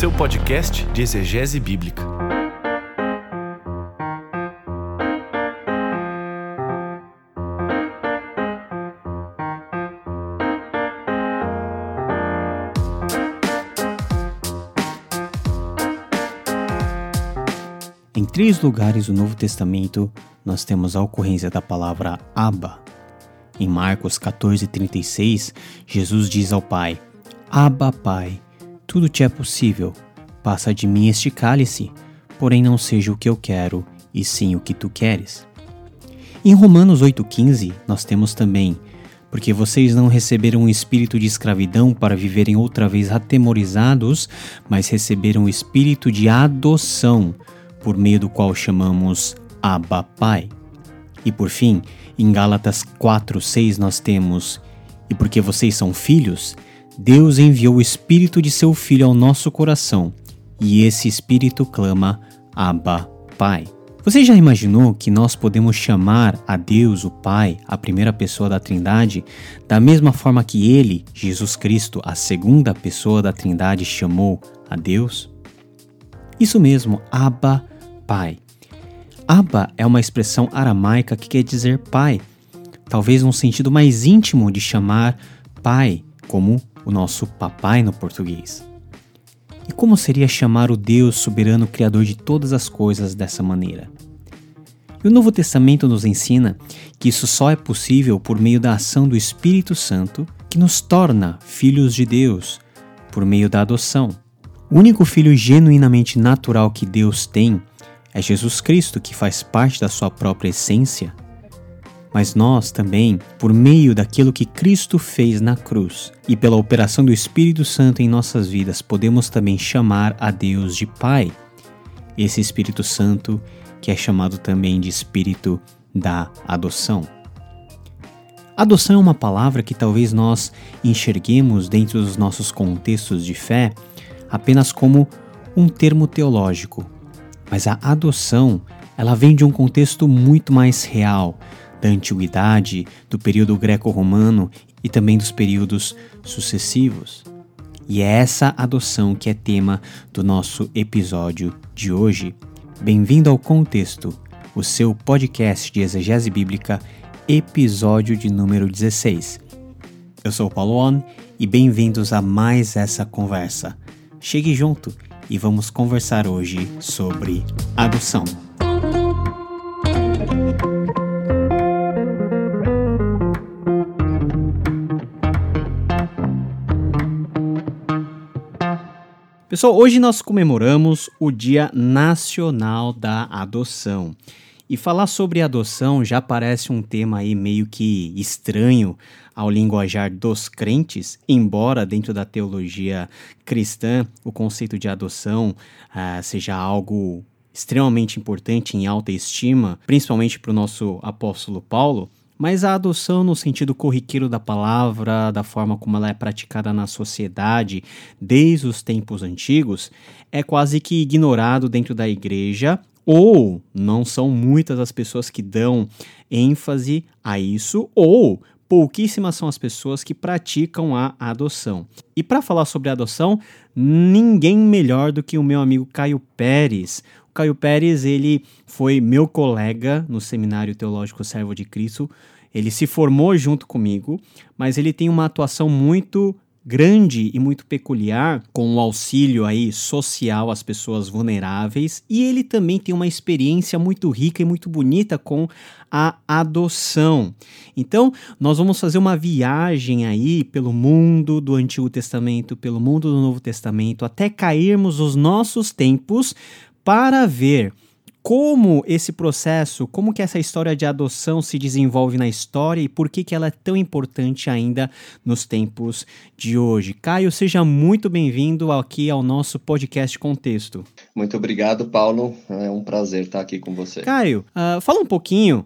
seu podcast de exegese bíblica. Em 3 lugares do Novo Testamento, nós temos a ocorrência da palavra Abba. Em Marcos 14:36, Jesus diz ao Pai: Abba, Pai, tudo te é possível. Passa de mim este cálice, porém não seja o que eu quero, e sim o que tu queres. Em Romanos 8:15, nós temos também: porque vocês não receberam um espírito de escravidão para viverem outra vez atemorizados, mas receberam o espírito de adoção, por meio do qual chamamos Abba, Pai. E por fim, em Gálatas 4:6 nós temos: e porque vocês são filhos, Deus enviou o Espírito de seu Filho ao nosso coração, e esse Espírito clama: Abba, Pai. Você já imaginou que nós podemos chamar a Deus, o Pai, a primeira pessoa da Trindade, da mesma forma que Ele, Jesus Cristo, a segunda pessoa da Trindade, chamou a Deus? Isso mesmo, Abba, Pai. Abba é uma expressão aramaica que quer dizer pai, talvez num sentido mais íntimo de chamar pai, como o nosso papai no português. E como seria chamar o Deus soberano criador de todas as coisas dessa maneira? E o Novo Testamento nos ensina que isso só é possível por meio da ação do Espírito Santo, que nos torna filhos de Deus, por meio da adoção. O único filho genuinamente natural que Deus tem é Jesus Cristo, que faz parte da sua própria essência. Mas nós também, por meio daquilo que Cristo fez na cruz e pela operação do Espírito Santo em nossas vidas, podemos também chamar a Deus de Pai. Esse Espírito Santo que é chamado também de Espírito da adoção. Adoção é uma palavra que talvez nós enxerguemos dentro dos nossos contextos de fé apenas como um termo teológico. Mas a adoção, ela vem de um contexto muito mais real, da antiguidade, do período greco-romano e também dos períodos sucessivos. E é essa adoção que é tema do nosso episódio de hoje. Bem-vindo ao Contexto, o seu podcast de exegese bíblica, episódio de número 16. Eu sou o Paulo On e bem-vindos a mais essa conversa. Chegue junto e vamos conversar hoje sobre adoção. Pessoal, hoje nós comemoramos o Dia Nacional da Adoção. E falar sobre adoção já parece um tema aí meio que estranho ao linguajar dos crentes, embora dentro da teologia cristã o conceito de adoção seja algo extremamente importante, em alta estima, principalmente para o nosso apóstolo Paulo. Mas a adoção no sentido corriqueiro da palavra, da forma como ela é praticada na sociedade desde os tempos antigos, é quase que ignorado dentro da igreja, ou não são muitas as pessoas que dão ênfase a isso, ou pouquíssimas são as pessoas que praticam a adoção. E para falar sobre adoção, ninguém melhor do que o meu amigo Caio Pérez. O Caio Pérez, ele foi meu colega no Seminário Teológico Servo de Cristo. Ele se formou junto comigo, mas ele tem uma atuação muito grande e muito peculiar com o auxílio aí social às pessoas vulneráveis, e ele também tem uma experiência muito rica e muito bonita com a adoção. Então, nós vamos fazer uma viagem aí pelo mundo do Antigo Testamento, pelo mundo do Novo Testamento, até cairmos nos nossos tempos para ver como esse processo, como que essa história de adoção se desenvolve na história e por que ela é tão importante ainda nos tempos de hoje. Caio, seja muito bem-vindo aqui ao nosso podcast Contexto. Muito obrigado, Paulo. É um prazer estar aqui com você. Caio, fala um pouquinho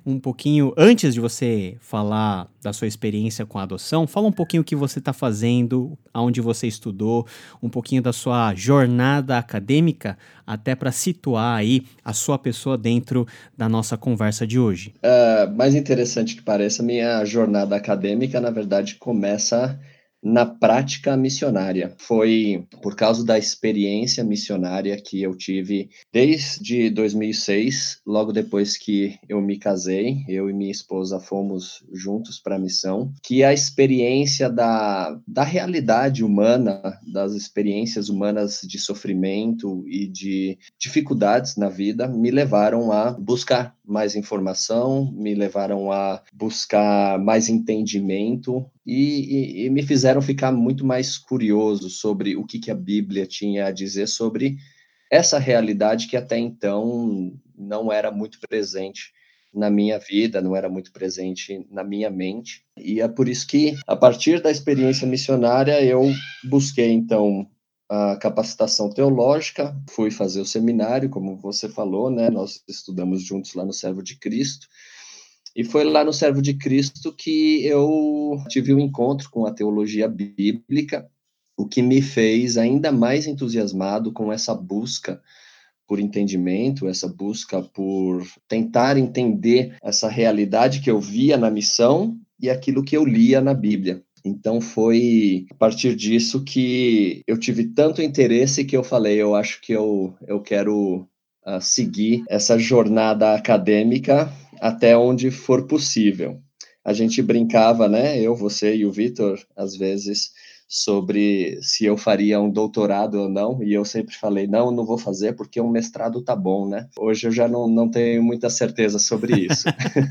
antes de você falar da sua experiência com a adoção, fala um pouquinho o que você está fazendo, aonde você estudou, um pouquinho da sua jornada acadêmica, até para situar aí a sua pessoa dentro da nossa conversa de hoje. Mais interessante que pareça, minha jornada acadêmica, na verdade, começa na prática missionária. Foi por causa da experiência missionária que eu tive desde 2006, logo depois que eu me casei, eu e minha esposa fomos juntos para a missão, que a experiência da realidade humana, das experiências humanas de sofrimento e de dificuldades na vida, me levaram a buscar mais informação, me levaram a buscar mais entendimento e me fizeram ficar muito mais curioso sobre o que a Bíblia tinha a dizer sobre essa realidade que até então não era muito presente na minha vida, não era muito presente na minha mente. E é por isso que, a partir da experiência missionária, eu busquei, então, a capacitação teológica, fui fazer o seminário, como você falou, né? Nós estudamos juntos lá no Servo de Cristo, e foi lá no Servo de Cristo que eu tive um encontro com a teologia bíblica, o que me fez ainda mais entusiasmado com essa busca por entendimento, essa busca por tentar entender essa realidade que eu via na missão e aquilo que eu lia na Bíblia. Então foi a partir disso que eu tive tanto interesse que eu falei, eu acho que eu quero seguir essa jornada acadêmica até onde for possível. A gente brincava, né, eu, você e o Vitor, às vezes, sobre se eu faria um doutorado ou não, e eu sempre falei, não vou fazer porque um mestrado tá bom, né? Hoje eu já não tenho muita certeza sobre isso.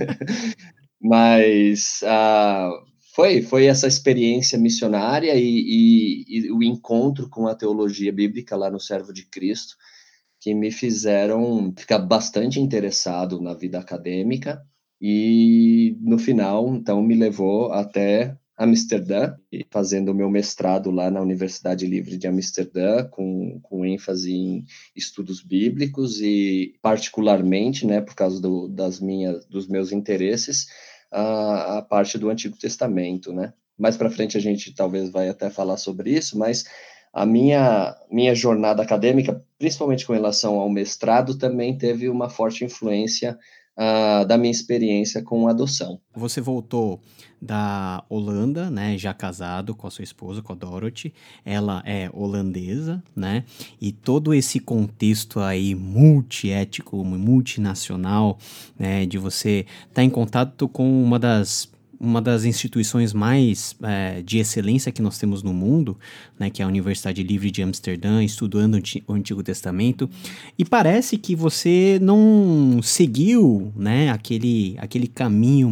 Mas foi essa experiência missionária e o encontro com a teologia bíblica lá no Servo de Cristo que me fizeram ficar bastante interessado na vida acadêmica e, no final, então, me levou até Amsterdã, fazendo o meu mestrado lá na Universidade Livre de Amsterdã, com ênfase em estudos bíblicos e, particularmente, né, por causa dos meus interesses, a parte do Antigo Testamento, né? Mais para frente a gente talvez vai até falar sobre isso, mas a minha jornada acadêmica, principalmente com relação ao mestrado, também teve uma forte influência da minha experiência com adoção. Você voltou da Holanda, né, já casado com a sua esposa, com a Dorothy. Ela é holandesa, né? E todo esse contexto aí multiético, multinacional, né, de você estar em contato com uma das instituições mais de excelência que nós temos no mundo, né, que é a Universidade Livre de Amsterdã, estudando o Antigo Testamento, e parece que você não seguiu, né, aquele caminho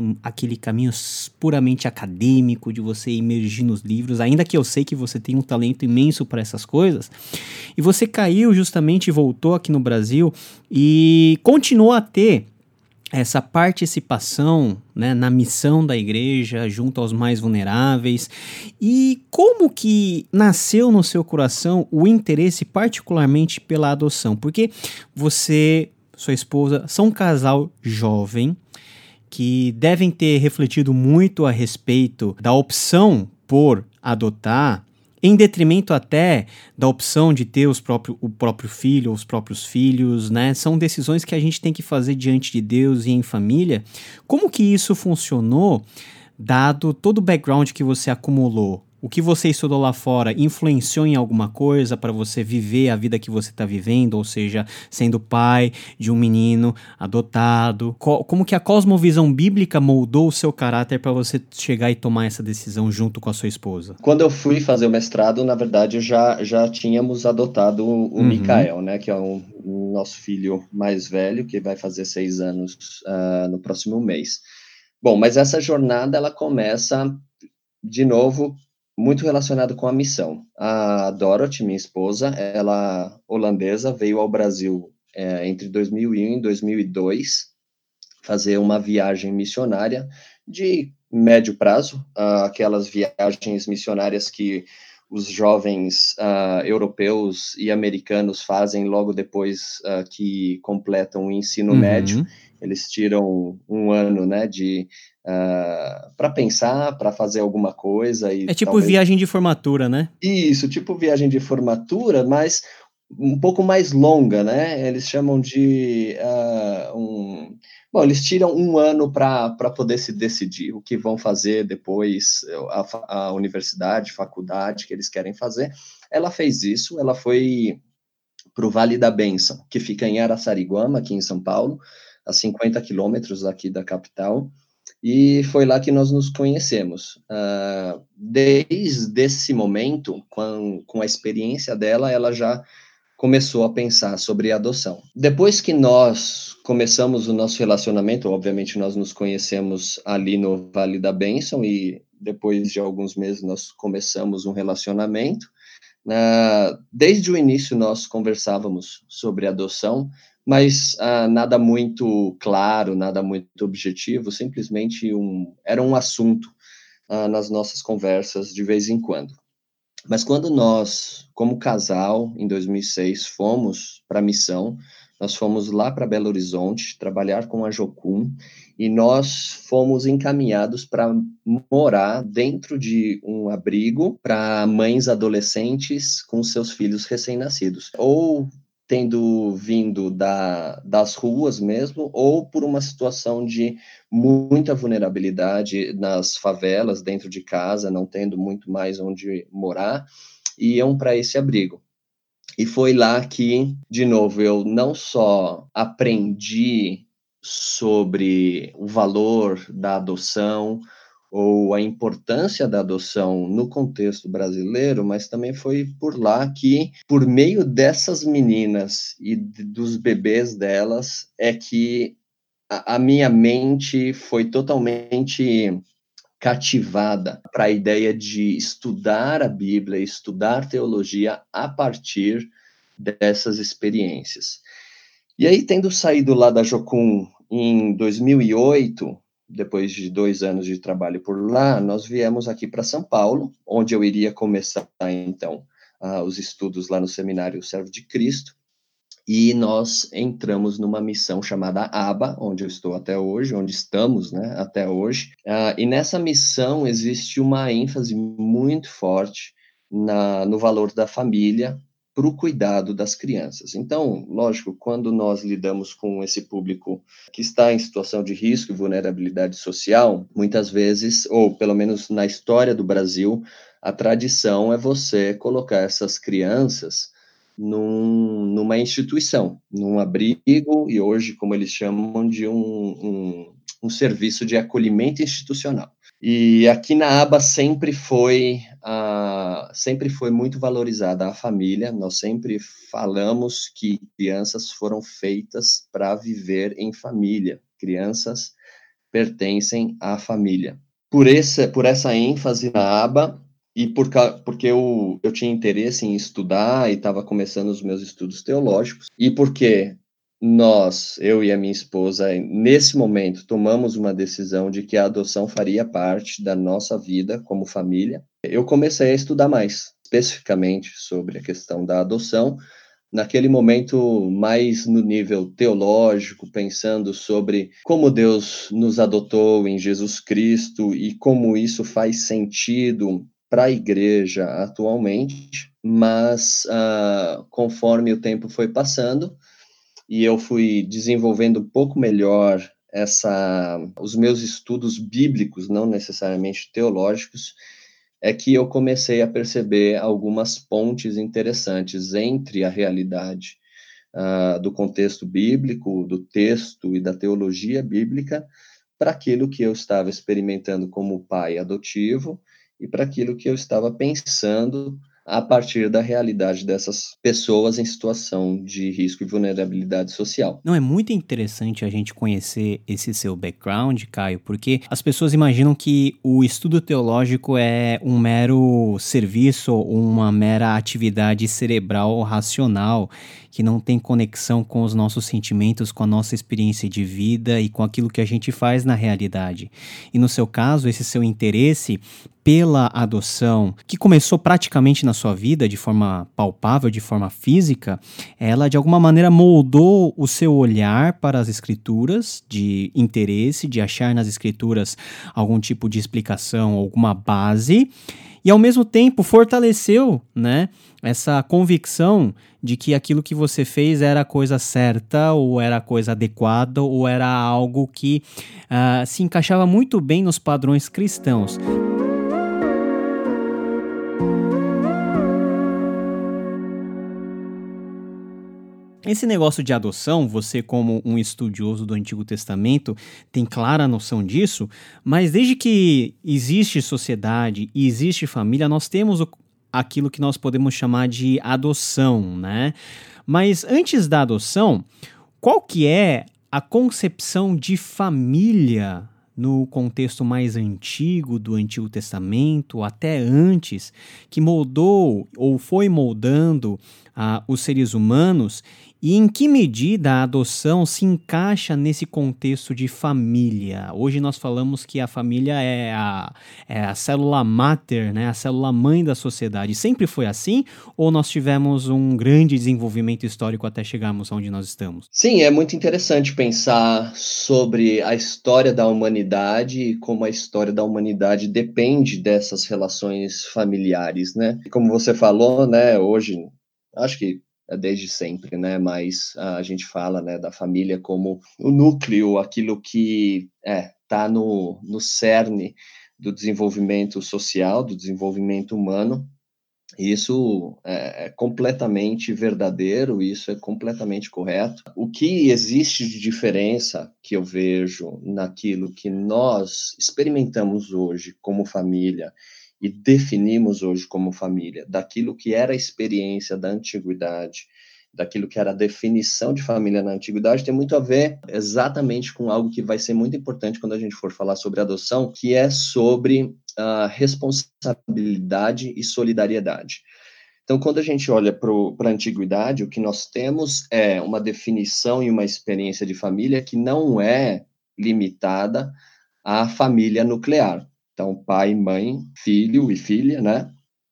puramente acadêmico de você imergir nos livros, ainda que eu sei que você tem um talento imenso para essas coisas, e você caiu justamente e voltou aqui no Brasil e continuou a ter essa participação, né, na missão da igreja junto aos mais vulneráveis. E como que nasceu no seu coração o interesse particularmente pela adoção? Porque você, sua esposa, são um casal jovem que devem ter refletido muito a respeito da opção por adotar, em detrimento até da opção de ter o próprio filho ou os próprios filhos, né? São decisões que a gente tem que fazer diante de Deus e em família. Como que isso funcionou, dado todo o background que você acumulou? O que você estudou lá fora influenciou em alguma coisa para você viver a vida que você está vivendo, ou seja, sendo pai de um menino adotado? Como que a cosmovisão bíblica moldou o seu caráter para você chegar e tomar essa decisão junto com a sua esposa? Quando eu fui fazer o mestrado, na verdade, já tínhamos adotado o Mikael, né, que é o nosso filho mais velho, que vai fazer 6 anos no próximo mês. Bom, mas essa jornada, ela começa, de novo, muito relacionado com a missão. A Dorothy, minha esposa, ela holandesa, veio ao Brasil entre 2001 e 2002 fazer uma viagem missionária de médio prazo, aquelas viagens missionárias que os jovens europeus e americanos fazem logo depois que completam o ensino médio. Eles tiram um ano, né, para pensar, para fazer alguma coisa. E é tipo talvez... viagem de formatura, né? Isso, tipo viagem de formatura, mas um pouco mais longa, né? Eles chamam de bom, eles tiram um ano para poder se decidir o que vão fazer depois, a universidade, faculdade que eles querem fazer. Ela fez isso, ela foi para o Vale da Bênção, que fica em Araçariguama, aqui em São Paulo, a 50 quilômetros aqui da capital, e foi lá que nós nos conhecemos. Desde esse momento, com a experiência dela, ela já começou a pensar sobre adoção. Depois que nós começamos o nosso relacionamento, obviamente nós nos conhecemos ali no Vale da Bênção, e depois de alguns meses nós começamos um relacionamento. Desde o início nós conversávamos sobre adoção, mas nada muito claro, nada muito objetivo, simplesmente era um assunto nas nossas conversas de vez em quando. Mas quando nós, como casal, em 2006, fomos para a missão, nós fomos lá para Belo Horizonte trabalhar com a Jocum, e nós fomos encaminhados para morar dentro de um abrigo para mães adolescentes com seus filhos recém-nascidos, ou tendo vindo das ruas mesmo, ou por uma situação de muita vulnerabilidade nas favelas, dentro de casa, não tendo muito mais onde morar, iam para esse abrigo. E foi lá que, de novo, eu não só aprendi sobre o valor da adoção ou a importância da adoção no contexto brasileiro, mas também foi por lá que, por meio dessas meninas e dos bebês delas, é que a minha mente foi totalmente cativada para a ideia de estudar a Bíblia, estudar teologia a partir dessas experiências. E aí, tendo saído lá da Jocum em 2008, depois de 2 anos de trabalho por lá, nós viemos aqui para São Paulo, onde eu iria começar, então, os estudos lá no Seminário Servo de Cristo, e nós entramos numa missão chamada ABA, onde eu estou até hoje, onde estamos, né, até hoje. E nessa missão existe uma ênfase muito forte no valor da família para o cuidado das crianças. Então, lógico, quando nós lidamos com esse público que está em situação de risco e vulnerabilidade social, muitas vezes, ou pelo menos na história do Brasil, a tradição é você colocar essas crianças numa instituição, num abrigo, e hoje, como eles chamam, de um serviço de acolhimento institucional. E aqui na ABA sempre foi muito valorizada a família. Nós sempre falamos que crianças foram feitas para viver em família. Crianças pertencem à família. Por essa ênfase na ABA, e porque eu tinha interesse em estudar e estava começando os meus estudos teológicos, e porque eu e a minha esposa, nesse momento, tomamos uma decisão de que a adoção faria parte da nossa vida como família, eu comecei a estudar mais, especificamente sobre a questão da adoção, naquele momento mais no nível teológico, pensando sobre como Deus nos adotou em Jesus Cristo e como isso faz sentido para a igreja atualmente, mas conforme o tempo foi passando e eu fui desenvolvendo um pouco melhor os meus estudos bíblicos, não necessariamente teológicos, é que eu comecei a perceber algumas pontes interessantes entre a realidade do contexto bíblico, do texto e da teologia bíblica, para aquilo que eu estava experimentando como pai adotivo e para aquilo que eu estava pensando a partir da realidade dessas pessoas em situação de risco e vulnerabilidade social. Não, é muito interessante a gente conhecer esse seu background, Caio, porque as pessoas imaginam que o estudo teológico é um mero serviço, uma mera atividade cerebral racional, que não tem conexão com os nossos sentimentos, com a nossa experiência de vida e com aquilo que a gente faz na realidade. E no seu caso, esse seu interesse pela adoção, que começou praticamente na sua vida de forma palpável, de forma física, ela de alguma maneira moldou o seu olhar para as escrituras, de interesse, de achar nas escrituras algum tipo de explicação, alguma base. e ao mesmo tempo fortaleceu, né, essa convicção de que aquilo que você fez era a coisa certa, ou era a coisa adequada, ou era algo que se encaixava muito bem nos padrões cristãos. Esse negócio de adoção, você como um estudioso do Antigo Testamento tem clara noção disso, mas desde que existe sociedade e existe família, nós temos aquilo que nós podemos chamar de adoção, né? Mas antes da adoção, qual que é a concepção de família no contexto mais antigo do Antigo Testamento, até antes, que moldou ou foi moldando os seres humanos, e em que medida a adoção se encaixa nesse contexto de família? Hoje nós falamos que a família é a célula máter, né? A célula mãe da sociedade. Sempre foi assim? Ou nós tivemos um grande desenvolvimento histórico até chegarmos onde nós estamos? Sim, é muito interessante pensar sobre a história da humanidade e como a história da humanidade depende dessas relações familiares, né? E como você falou, né, hoje, acho que é desde sempre, né, mas a gente fala, né, da família como o núcleo, aquilo que tá no cerne do desenvolvimento social, do desenvolvimento humano. Isso é completamente verdadeiro, isso é completamente correto. O que existe de diferença que eu vejo naquilo que nós experimentamos hoje como família e definimos hoje como família, daquilo que era a experiência da antiguidade, daquilo que era a definição de família na antiguidade, tem muito a ver exatamente com algo que vai ser muito importante quando a gente for falar sobre adoção, que é sobre responsabilidade e solidariedade. Então, quando a gente olha para a antiguidade, o que nós temos é uma definição e uma experiência de família que não é limitada à família nuclear. Então, pai, mãe, filho e filha, né?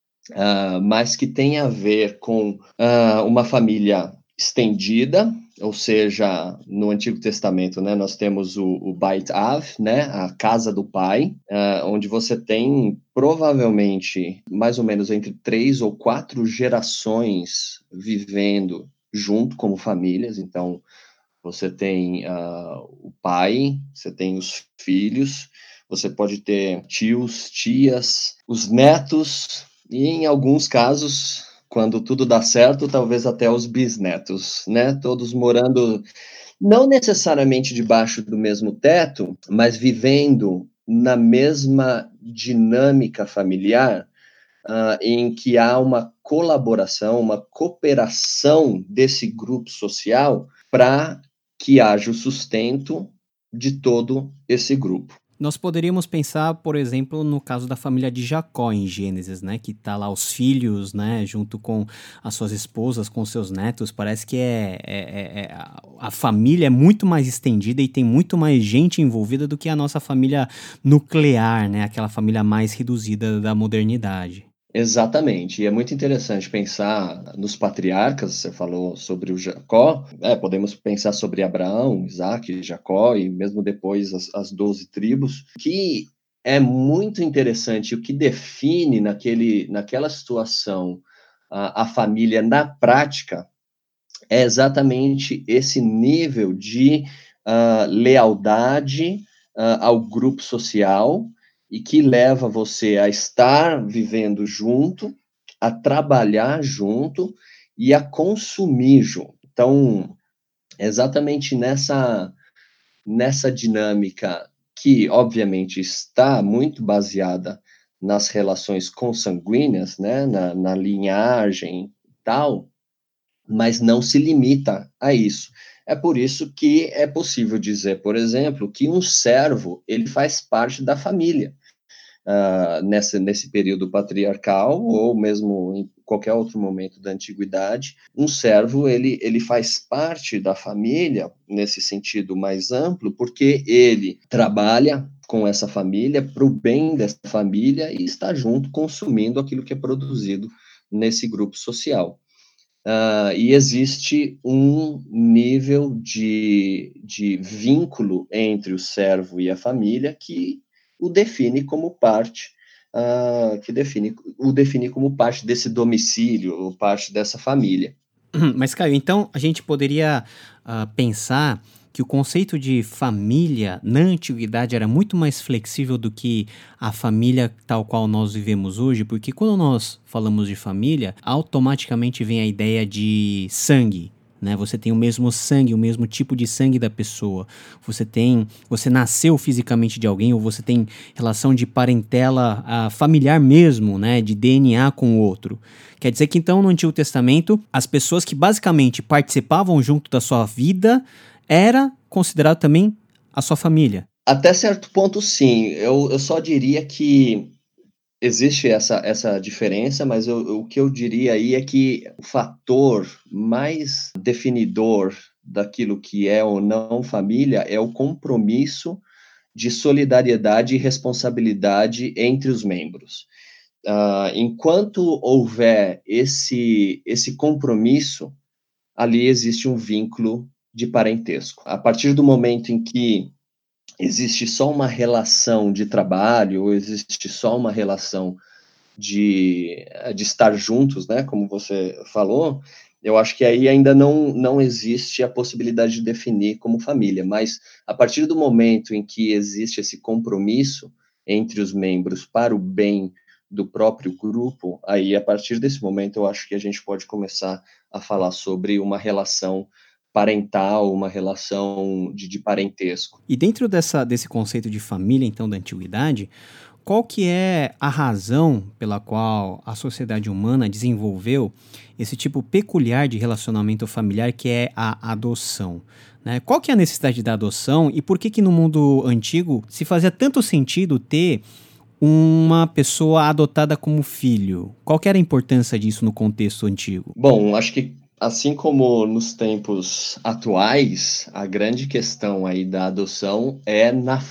Mas que tem a ver com uma família estendida, ou seja, no Antigo Testamento, né, nós temos o Beit Av, né, a casa do pai, onde você tem provavelmente mais ou menos entre 3 ou 4 gerações vivendo junto como famílias. Então, você tem o pai, você tem os filhos, você pode ter tios, tias, os netos, e em alguns casos, quando tudo dá certo, talvez até os bisnetos, né? Todos morando não necessariamente debaixo do mesmo teto, mas vivendo na mesma dinâmica familiar, em que há uma colaboração, uma cooperação desse grupo social para que haja o sustento de todo esse grupo. Nós poderíamos pensar, por exemplo, no caso da família de Jacó em Gênesis, né, que tá lá os filhos, né, junto com as suas esposas, com seus netos. Parece que a família é muito mais estendida e tem muito mais gente envolvida do que a nossa família nuclear, né, aquela família mais reduzida da modernidade. Exatamente, e é muito interessante pensar nos patriarcas. Você falou sobre o Jacó, podemos pensar sobre Abraão, Isaac, Jacó e mesmo depois as 12 tribos, que é muito interessante. O que define naquela situação a família na prática é exatamente esse nível de lealdade ao grupo social, e que leva você a estar vivendo junto, a trabalhar junto e a consumir junto. Então, exatamente nessa dinâmica que, obviamente, está muito baseada nas relações consanguíneas, né, na linhagem e tal, mas não se limita a isso. É por isso que é possível dizer, por exemplo, que um servo ele faz parte da família. Nesse período patriarcal, ou mesmo em qualquer outro momento da antiguidade, um servo ele faz parte da família nesse sentido mais amplo, porque ele trabalha com essa família para o bem dessa família e está junto consumindo aquilo que é produzido nesse grupo social. E existe um nível de vínculo entre o servo e a família que o define como parte o define como parte desse domicílio, ou parte dessa família. Mas, Caio, então a gente poderia pensar que o conceito de família na antiguidade era muito mais flexível do que a família tal qual nós vivemos hoje, porque quando nós falamos de família, automaticamente vem a ideia de sangue. Né? Você tem o mesmo sangue, o mesmo tipo de sangue da pessoa. Você nasceu fisicamente de alguém, ou você tem relação de parentela familiar mesmo, né? De DNA com o outro. Quer dizer que então no Antigo Testamento, as pessoas que basicamente participavam junto da sua vida era considerado também a sua família. Até certo ponto, sim. Eu só diria que existe essa diferença, mas o que eu diria aí é que o fator mais definidor daquilo que é ou não família é o compromisso de solidariedade e responsabilidade entre os membros. Enquanto houver esse compromisso, ali existe um vínculo de parentesco. A partir do momento em que existe só uma relação de trabalho, ou existe só uma relação de estar juntos, né, como você falou, eu acho que aí ainda não existe a possibilidade de definir como família, mas a partir do momento em que existe esse compromisso entre os membros para o bem do próprio grupo, aí a partir desse momento eu acho que a gente pode começar a falar sobre uma relação parental, uma relação de parentesco. E dentro desse conceito de família, então, da antiguidade, qual que é a razão pela qual a sociedade humana desenvolveu esse tipo peculiar de relacionamento familiar que é a adoção? Né? Qual que é a necessidade da adoção e por que no mundo antigo se fazia tanto sentido ter uma pessoa adotada como filho? Qual que era a importância disso no contexto antigo? Bom, acho que assim como nos tempos atuais, a grande questão aí da adoção é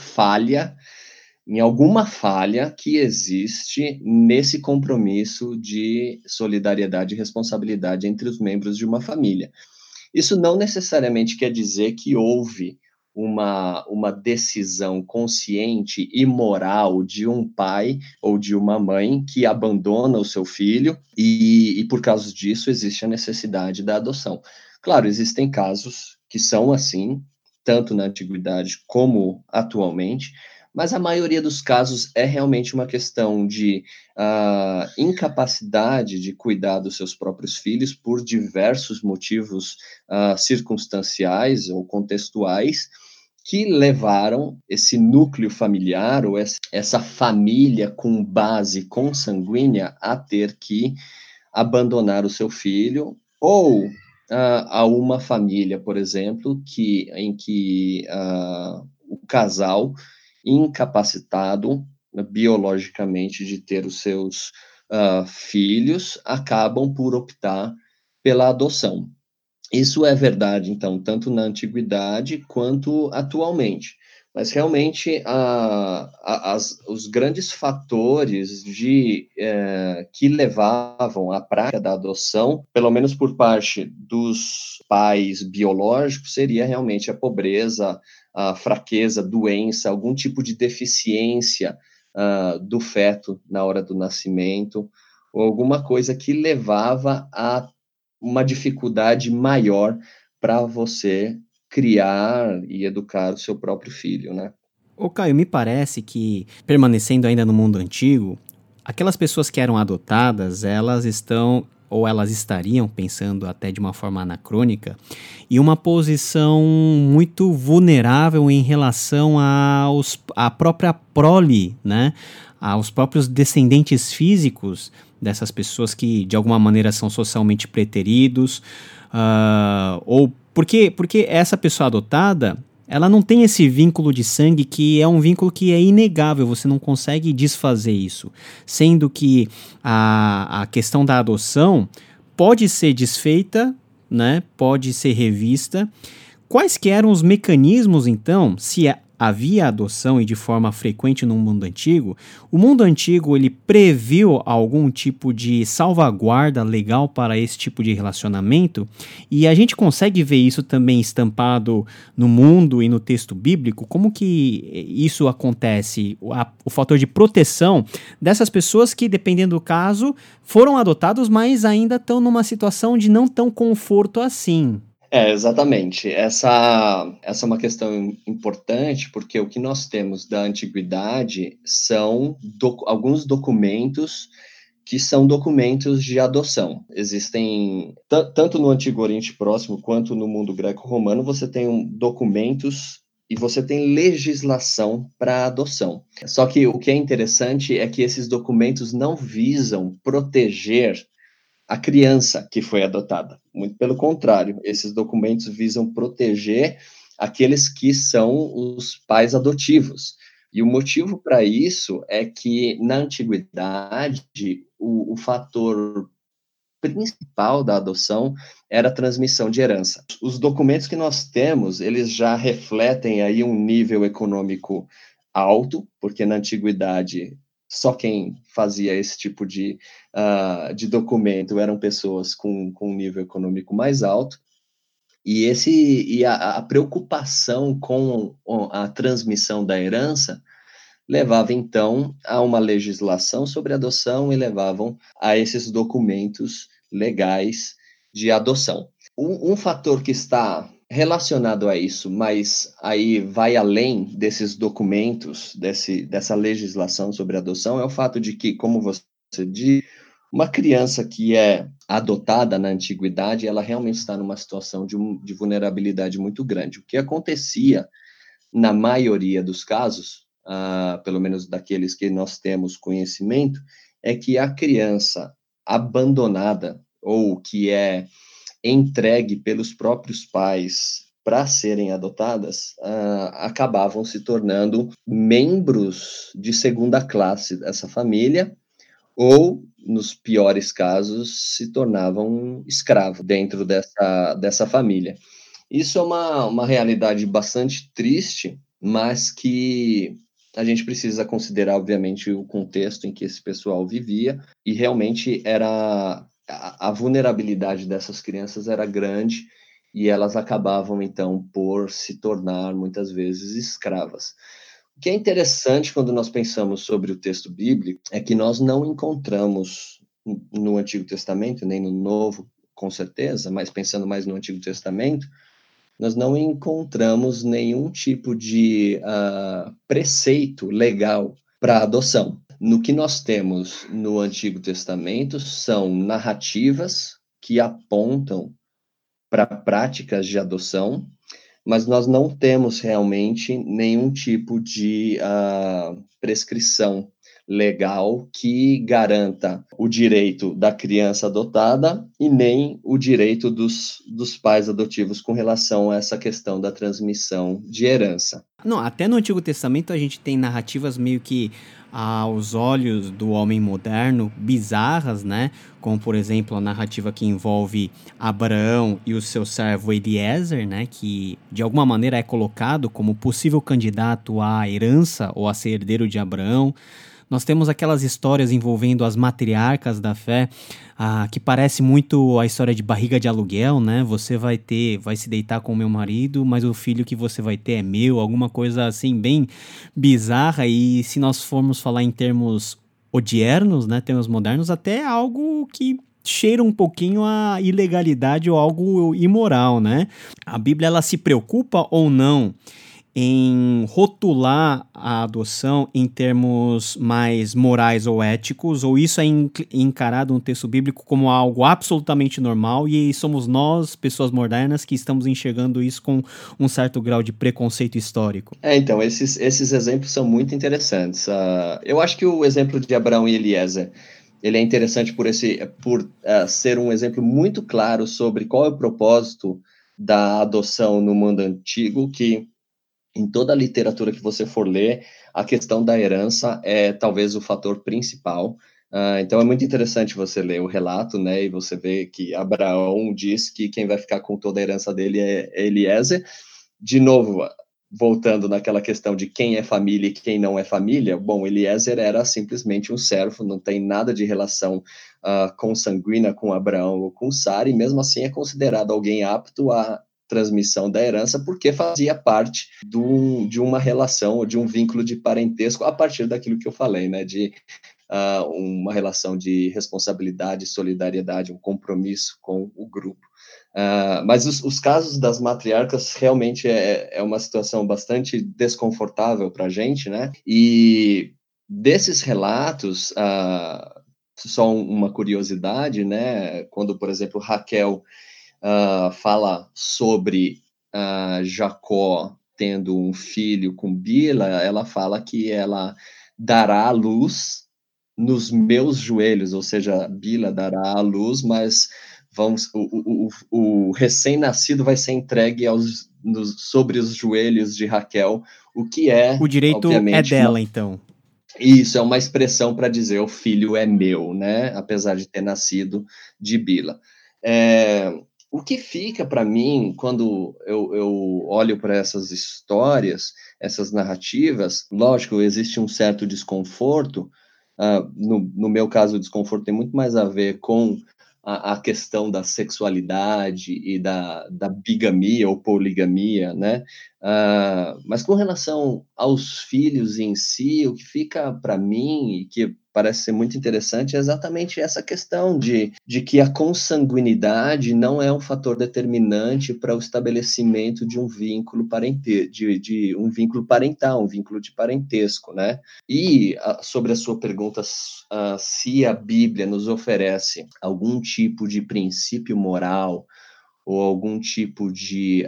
em alguma falha que existe nesse compromisso de solidariedade e responsabilidade entre os membros de uma família. Isso não necessariamente quer dizer que houve uma decisão consciente e moral de um pai ou de uma mãe que abandona o seu filho e por causa disso existe a necessidade da adoção. Claro, existem casos que são assim, tanto na antiguidade como atualmente, mas a maioria dos casos é realmente uma questão de incapacidade de cuidar dos seus próprios filhos por diversos motivos circunstanciais ou contextuais que levaram esse núcleo familiar ou essa família com base consanguínea a ter que abandonar o seu filho ou a uma família, por exemplo, em que o casal incapacitado biologicamente de ter os seus filhos acabam por optar pela adoção. Isso é verdade, então, tanto na antiguidade quanto atualmente. Mas realmente os grandes fatores que levavam à prática da adoção, pelo menos por parte dos pais biológicos, seria realmente a pobreza, a fraqueza, doença, algum tipo de deficiência do feto na hora do nascimento, ou alguma coisa que levava a uma dificuldade maior para você criar e educar o seu próprio filho, né? Ô Caio, me parece que, permanecendo ainda no mundo antigo, aquelas pessoas que eram adotadas, elas estão, ou elas estariam, pensando até de uma forma anacrônica, em uma posição muito vulnerável em relação à própria prole, né? Aos próprios descendentes físicos dessas pessoas que, de alguma maneira, são socialmente preteridos, ou porque essa pessoa adotada, ela não tem esse vínculo de sangue que é um vínculo que é inegável, você não consegue desfazer isso. Sendo que a questão da adoção pode ser desfeita, né, pode ser revista. Quais que eram os mecanismos, então, se havia adoção e de forma frequente no mundo antigo, o mundo antigo ele previu algum tipo de salvaguarda legal para esse tipo de relacionamento, e a gente consegue ver isso também estampado no mundo e no texto bíblico. Como que isso acontece? O fator de proteção dessas pessoas que, dependendo do caso, foram adotados, mas ainda estão numa situação de não tão conforto assim. Exatamente. Essa é uma questão importante, porque o que nós temos da antiguidade são alguns documentos que são documentos de adoção. Existem, tanto no Antigo Oriente Próximo quanto no mundo greco-romano, você tem documentos e você tem legislação para adoção. Só que o que é interessante é que esses documentos não visam proteger a criança que foi adotada. Muito pelo contrário, esses documentos visam proteger aqueles que são os pais adotivos. E o motivo para isso é que, na antiguidade, o fator principal da adoção era a transmissão de herança. Os documentos que nós temos, eles já refletem aí um nível econômico alto, porque na antiguidade só quem fazia esse tipo de documento eram pessoas com um nível econômico mais alto, e a preocupação com a transmissão da herança levava, então, a uma legislação sobre adoção e levavam a esses documentos legais de adoção. Um fator que está relacionado a isso, mas aí vai além desses documentos, dessa legislação sobre adoção, é o fato de que, como você disse, uma criança que é adotada na antiguidade, ela realmente está numa situação de vulnerabilidade muito grande. O que acontecia, na maioria dos casos, pelo menos daqueles que nós temos conhecimento, é que a criança abandonada ou que é entregue pelos próprios pais para serem adotadas, acabavam se tornando membros de segunda classe dessa família, ou, nos piores casos, se tornavam escravos dentro dessa família. Isso é uma realidade bastante triste, mas que a gente precisa considerar, obviamente, o contexto em que esse pessoal vivia, e realmente a vulnerabilidade dessas crianças era grande, e elas acabavam, então, por se tornar, muitas vezes, escravas. O que é interessante quando nós pensamos sobre o texto bíblico é que nós não encontramos no Antigo Testamento, nem no Novo, com certeza, mas pensando mais no Antigo Testamento, nós não encontramos nenhum tipo de preceito legal para adoção. No que nós temos no Antigo Testamento são narrativas que apontam para práticas de adoção, mas nós não temos realmente nenhum tipo de prescrição legal que garanta o direito da criança adotada e nem o direito dos pais adotivos com relação a essa questão da transmissão de herança. Não, até no Antigo Testamento a gente tem narrativas meio que aos olhos do homem moderno bizarras, né? Como, por exemplo, a narrativa que envolve Abraão e o seu servo Eliezer, né? Que de alguma maneira é colocado como possível candidato à herança ou a ser herdeiro de Abraão. Nós temos aquelas histórias envolvendo as matriarcas da fé, que parece muito a história de barriga de aluguel, né? Você vai se deitar com o meu marido, mas o filho que você vai ter é meu, alguma coisa assim bem bizarra. E se nós formos falar em termos odiernos, né, termos modernos, até algo que cheira um pouquinho a ilegalidade ou algo imoral, né? A Bíblia, ela se preocupa ou não em rotular a adoção em termos mais morais ou éticos, ou isso é encarado no texto bíblico como algo absolutamente normal e somos nós, pessoas modernas, que estamos enxergando isso com um certo grau de preconceito histórico? Então, esses exemplos são muito interessantes. Eu acho que o exemplo de Abraão e Eliezer, ele é interessante por ser um exemplo muito claro sobre qual é o propósito da adoção no mundo antigo, que em toda a literatura que você for ler, a questão da herança é talvez o fator principal. Então é muito interessante você ler o relato, né, e você vê que Abraão diz que quem vai ficar com toda a herança dele é Eliezer. De novo, voltando naquela questão de quem é família e quem não é família, bom, Eliezer era simplesmente um servo, não tem nada de relação consanguínea com Abraão ou com Sara, e mesmo assim é considerado alguém apto à transmissão da herança, porque fazia parte de uma relação, ou de um vínculo de parentesco, a partir daquilo que eu falei, né, de uma relação de responsabilidade, solidariedade, um compromisso com o grupo. Mas os casos das matriarcas realmente é uma situação bastante desconfortável para a gente, né? E desses relatos, só uma curiosidade, né? Quando, por exemplo, Raquel fala sobre Jacó tendo um filho com Bila, ela fala que ela dará à luz nos meus joelhos, ou seja, Bila dará à luz, mas o recém-nascido vai ser entregue sobre os joelhos de Raquel, o que O direito obviamente, é dela, então. Isso é uma expressão para dizer o filho é meu, né? Apesar de ter nascido de Bila. O que fica para mim, quando eu olho para essas histórias, essas narrativas, lógico, existe um certo desconforto. No meu caso, o desconforto tem muito mais a ver com a questão da sexualidade e da bigamia ou poligamia, né? Mas com relação aos filhos em si, o que fica para mim, e que parece ser muito interessante, é exatamente essa questão de que a consanguinidade não é um fator determinante para o estabelecimento de um vínculo de um vínculo parental, um vínculo de parentesco, né? E sobre a sua pergunta, se a Bíblia nos oferece algum tipo de princípio moral ou algum tipo de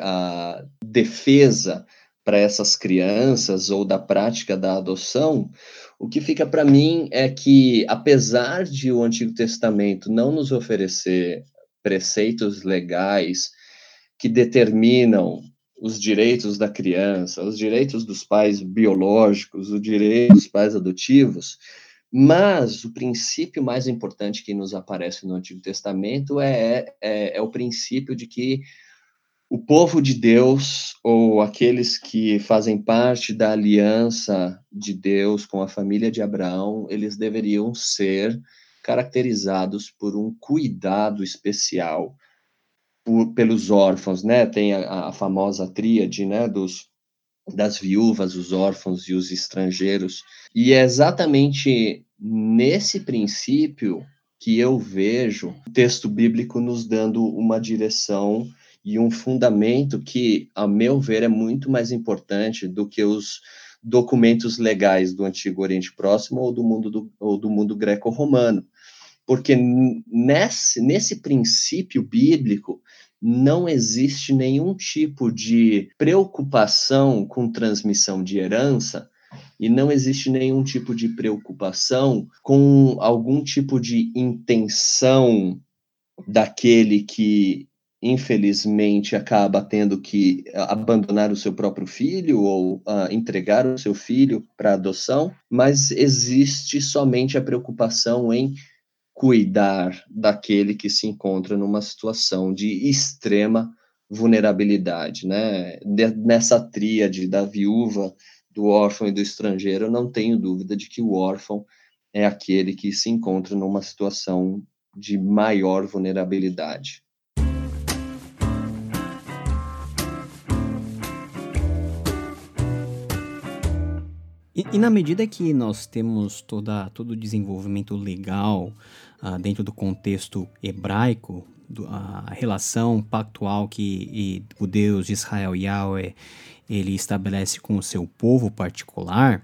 defesa para essas crianças ou da prática da adoção, o que fica para mim é que, apesar de o Antigo Testamento não nos oferecer preceitos legais que determinam os direitos da criança, os direitos dos pais biológicos, o direito dos pais adotivos, mas o princípio mais importante que nos aparece no Antigo Testamento é o princípio de que o povo de Deus, ou aqueles que fazem parte da aliança de Deus com a família de Abraão, eles deveriam ser caracterizados por um cuidado especial pelos órfãos, né? Tem a famosa tríade, né, das viúvas, os órfãos e os estrangeiros. E é exatamente nesse princípio que eu vejo o texto bíblico nos dando uma direção e um fundamento que, a meu ver, é muito mais importante do que os documentos legais do Antigo Oriente Próximo ou do mundo greco-romano. Porque nesse princípio bíblico não existe nenhum tipo de preocupação com transmissão de herança e não existe nenhum tipo de preocupação com algum tipo de intenção daquele que, infelizmente, acaba tendo que abandonar o seu próprio filho ou entregar o seu filho para adoção, mas existe somente a preocupação em cuidar daquele que se encontra numa situação de extrema vulnerabilidade, né? Nessa tríade da viúva, do órfão e do estrangeiro, eu não tenho dúvida de que o órfão é aquele que se encontra numa situação de maior vulnerabilidade. E na medida que nós temos todo o desenvolvimento legal dentro do contexto hebraico, a relação pactual que o Deus de Israel, Yahweh, ele estabelece com o seu povo particular,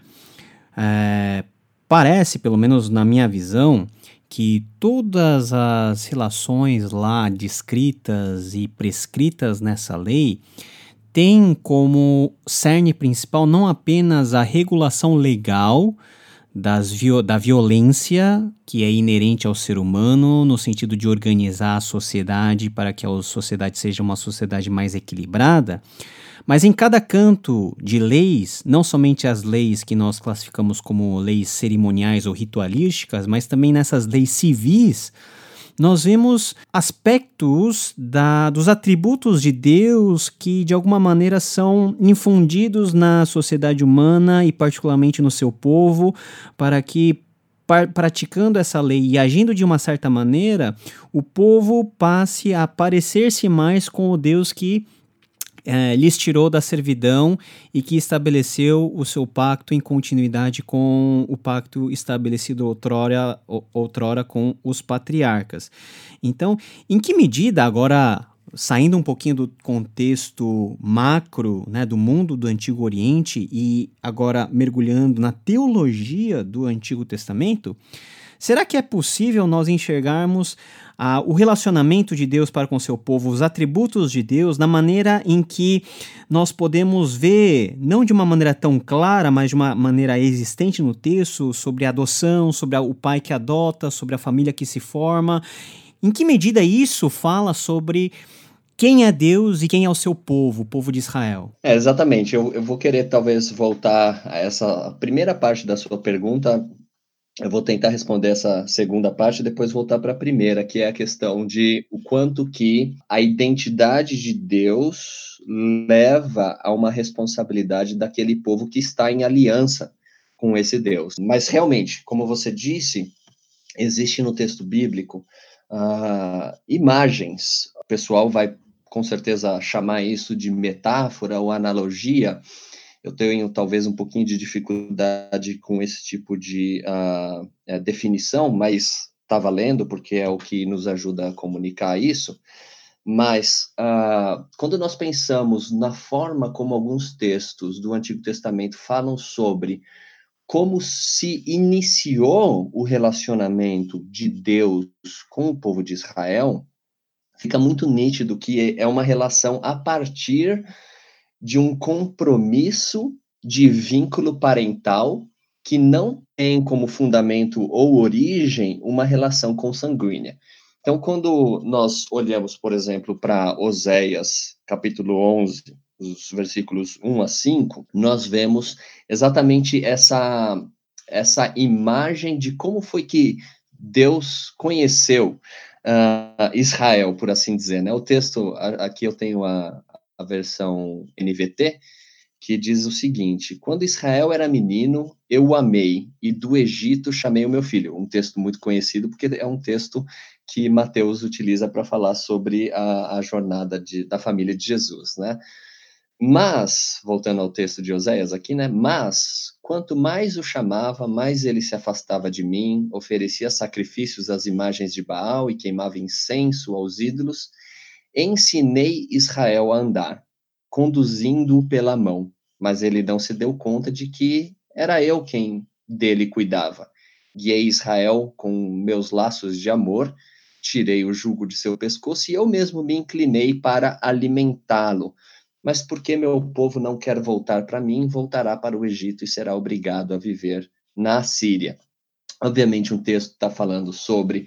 parece, pelo menos na minha visão, que todas as relações lá descritas e prescritas nessa lei tem como cerne principal não apenas a regulação legal da violência que é inerente ao ser humano, no sentido de organizar a sociedade para que a sociedade seja uma sociedade mais equilibrada, mas em cada canto de leis, não somente as leis que nós classificamos como leis cerimoniais ou ritualísticas, mas também nessas leis civis, nós vemos aspectos dos atributos de Deus que, de alguma maneira, são infundidos na sociedade humana e, particularmente, no seu povo, para que, praticando essa lei e agindo de uma certa maneira, o povo passe a parecer-se mais com o Deus que lhes tirou da servidão e que estabeleceu o seu pacto em continuidade com o pacto estabelecido outrora com os patriarcas. Então, em que medida, agora saindo um pouquinho do contexto macro, né, do mundo do Antigo Oriente e agora mergulhando na teologia do Antigo Testamento, será que é possível nós enxergarmos o relacionamento de Deus para com seu povo, os atributos de Deus, na maneira em que nós podemos ver, não de uma maneira tão clara, mas de uma maneira existente no texto, sobre a adoção, sobre o pai que adota, sobre a família que se forma? Em que medida isso fala sobre quem é Deus e quem é o seu povo, o povo de Israel? Exatamente. Eu vou querer talvez voltar a essa primeira parte da sua pergunta. Eu vou tentar responder essa segunda parte e depois voltar para a primeira, que é a questão de o quanto que a identidade de Deus leva a uma responsabilidade daquele povo que está em aliança com esse Deus. Mas realmente, como você disse, existe no texto bíblico imagens. O pessoal vai com certeza chamar isso de metáfora ou analogia. Eu tenho talvez um pouquinho de dificuldade com esse tipo de definição, mas está valendo, porque é o que nos ajuda a comunicar isso. Mas quando nós pensamos na forma como alguns textos do Antigo Testamento falam sobre como se iniciou o relacionamento de Deus com o povo de Israel, fica muito nítido que é uma relação a partir de um compromisso de vínculo parental que não tem como fundamento ou origem uma relação consanguínea. Então, quando nós olhamos, por exemplo, para Oséias, capítulo 11, os versículos 1 a 5, nós vemos exatamente essa imagem de como foi que Deus conheceu Israel, por assim dizer, né? O texto, aqui eu tenho a versão NVT, que diz o seguinte: quando Israel era menino, eu o amei, e do Egito chamei o meu filho. Um texto muito conhecido, porque é um texto que Mateus utiliza para falar sobre a jornada da família de Jesus, né? Mas, voltando ao texto de Oséias aqui, né? Mas, quanto mais o chamava, mais ele se afastava de mim, oferecia sacrifícios às imagens de Baal e queimava incenso aos ídolos. Ensinei Israel a andar, conduzindo-o pela mão, mas ele não se deu conta de que era eu quem dele cuidava. Guiei Israel com meus laços de amor, tirei o jugo de seu pescoço e eu mesmo me inclinei para alimentá-lo. Mas porque meu povo não quer voltar para mim, voltará para o Egito e será obrigado a viver na Síria. Obviamente, um texto está falando sobre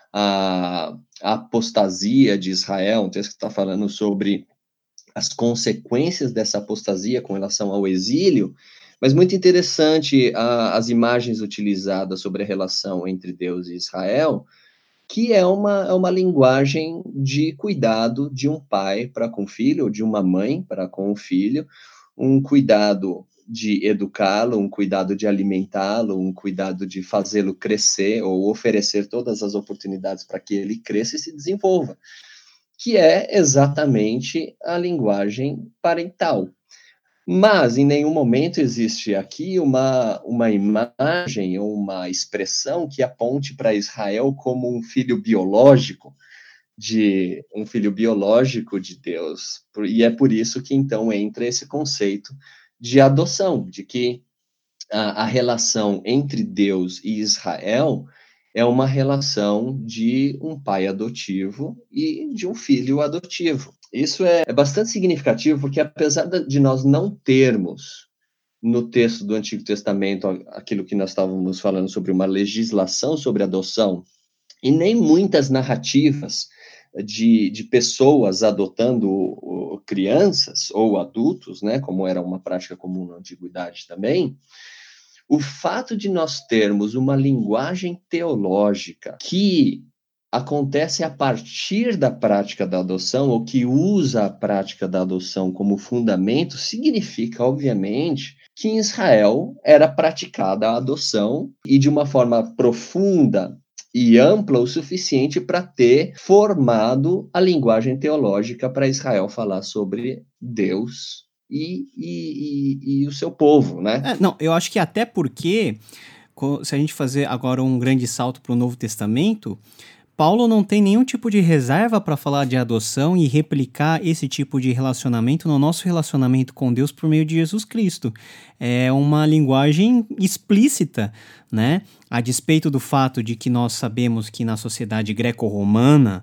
a apostasia de Israel, um texto que está falando sobre as consequências dessa apostasia com relação ao exílio, mas muito interessante as imagens utilizadas sobre a relação entre Deus e Israel, que é uma linguagem de cuidado de um pai para com o filho, ou de uma mãe para com o filho, um cuidado de educá-lo, um cuidado de alimentá-lo, um cuidado de fazê-lo crescer ou oferecer todas as oportunidades para que ele cresça e se desenvolva, que é exatamente a linguagem parental. Mas em nenhum momento existe aqui uma imagem ou uma expressão que aponte para Israel como um filho biológico de Deus. E é por isso que então entra esse conceito de adoção, de que a relação entre Deus e Israel é uma relação de um pai adotivo e de um filho adotivo. Isso é bastante significativo, porque apesar de nós não termos no texto do Antigo Testamento aquilo que nós estávamos falando sobre uma legislação sobre adoção, e nem muitas narrativas de pessoas adotando crianças ou adultos, né, como era uma prática comum na antiguidade também, o fato de nós termos uma linguagem teológica que acontece a partir da prática da adoção, ou que usa a prática da adoção como fundamento, significa, obviamente, que em Israel era praticada a adoção e de uma forma profunda e ampla o suficiente para ter formado a linguagem teológica para Israel falar sobre Deus e o seu povo, né? Não, eu acho que até porque, se a gente fazer agora um grande salto para o Novo Testamento, Paulo não tem nenhum tipo de reserva para falar de adoção e replicar esse tipo de relacionamento no nosso relacionamento com Deus por meio de Jesus Cristo. É uma linguagem explícita, né? A despeito do fato de que nós sabemos que na sociedade greco-romana,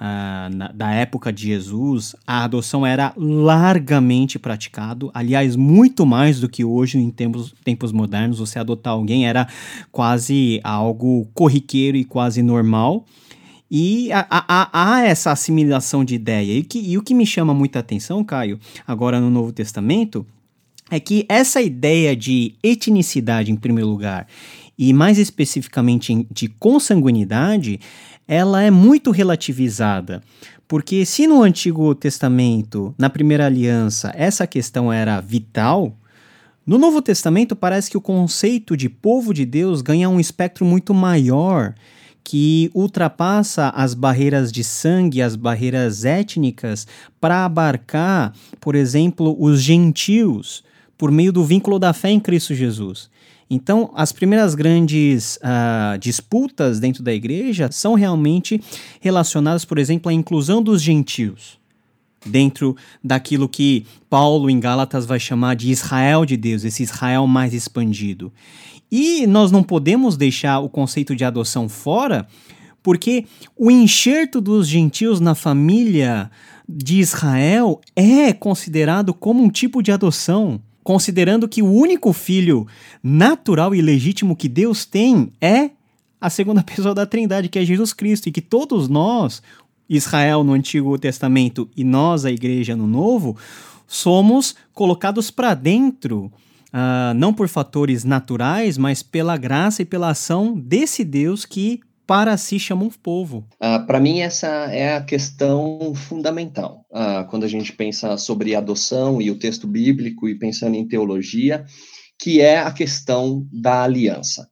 da época de Jesus, a adoção era largamente praticado, aliás, muito mais do que hoje em tempos modernos. Você adotar alguém era quase algo corriqueiro e quase normal. E há essa assimilação de ideia. E o que me chama muita atenção, Caio, agora no Novo Testamento, é que essa ideia de etnicidade, em primeiro lugar, e mais especificamente de consanguinidade, ela é muito relativizada. Porque se no Antigo Testamento, na Primeira Aliança, essa questão era vital, no Novo Testamento parece que o conceito de povo de Deus ganha um espectro muito maior, que ultrapassa as barreiras de sangue, as barreiras étnicas, para abarcar, por exemplo, os gentios, por meio do vínculo da fé em Cristo Jesus. Então, as primeiras grandes disputas dentro da igreja são realmente relacionadas, por exemplo, à inclusão dos gentios, dentro daquilo que Paulo em Gálatas vai chamar de Israel de Deus, esse Israel mais expandido. E nós não podemos deixar o conceito de adoção fora, porque o enxerto dos gentios na família de Israel é considerado como um tipo de adoção, considerando que o único filho natural e legítimo que Deus tem é a segunda pessoa da Trindade, que é Jesus Cristo, e que todos nós, Israel no Antigo Testamento e nós, a Igreja no Novo, somos colocados para dentro, não por fatores naturais, mas pela graça e pela ação desse Deus que para si chama um povo. Para mim, essa é a questão fundamental. Quando a gente pensa sobre adoção e o texto bíblico e pensando em teologia, que é a questão da aliança,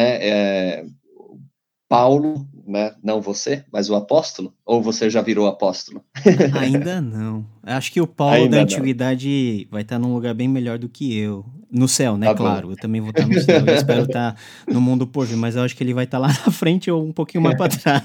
né? Paulo, né, não você, mas o apóstolo, ou você já virou apóstolo? Ainda não. Acho que o Paulo Ainda da não. antiguidade vai estar num lugar bem melhor do que eu. No céu, né? Tá Claro, bom. eu também vou estar no céu. Eu espero estar no mundo por vir, mas eu acho que ele vai estar lá na frente ou um pouquinho mais para trás.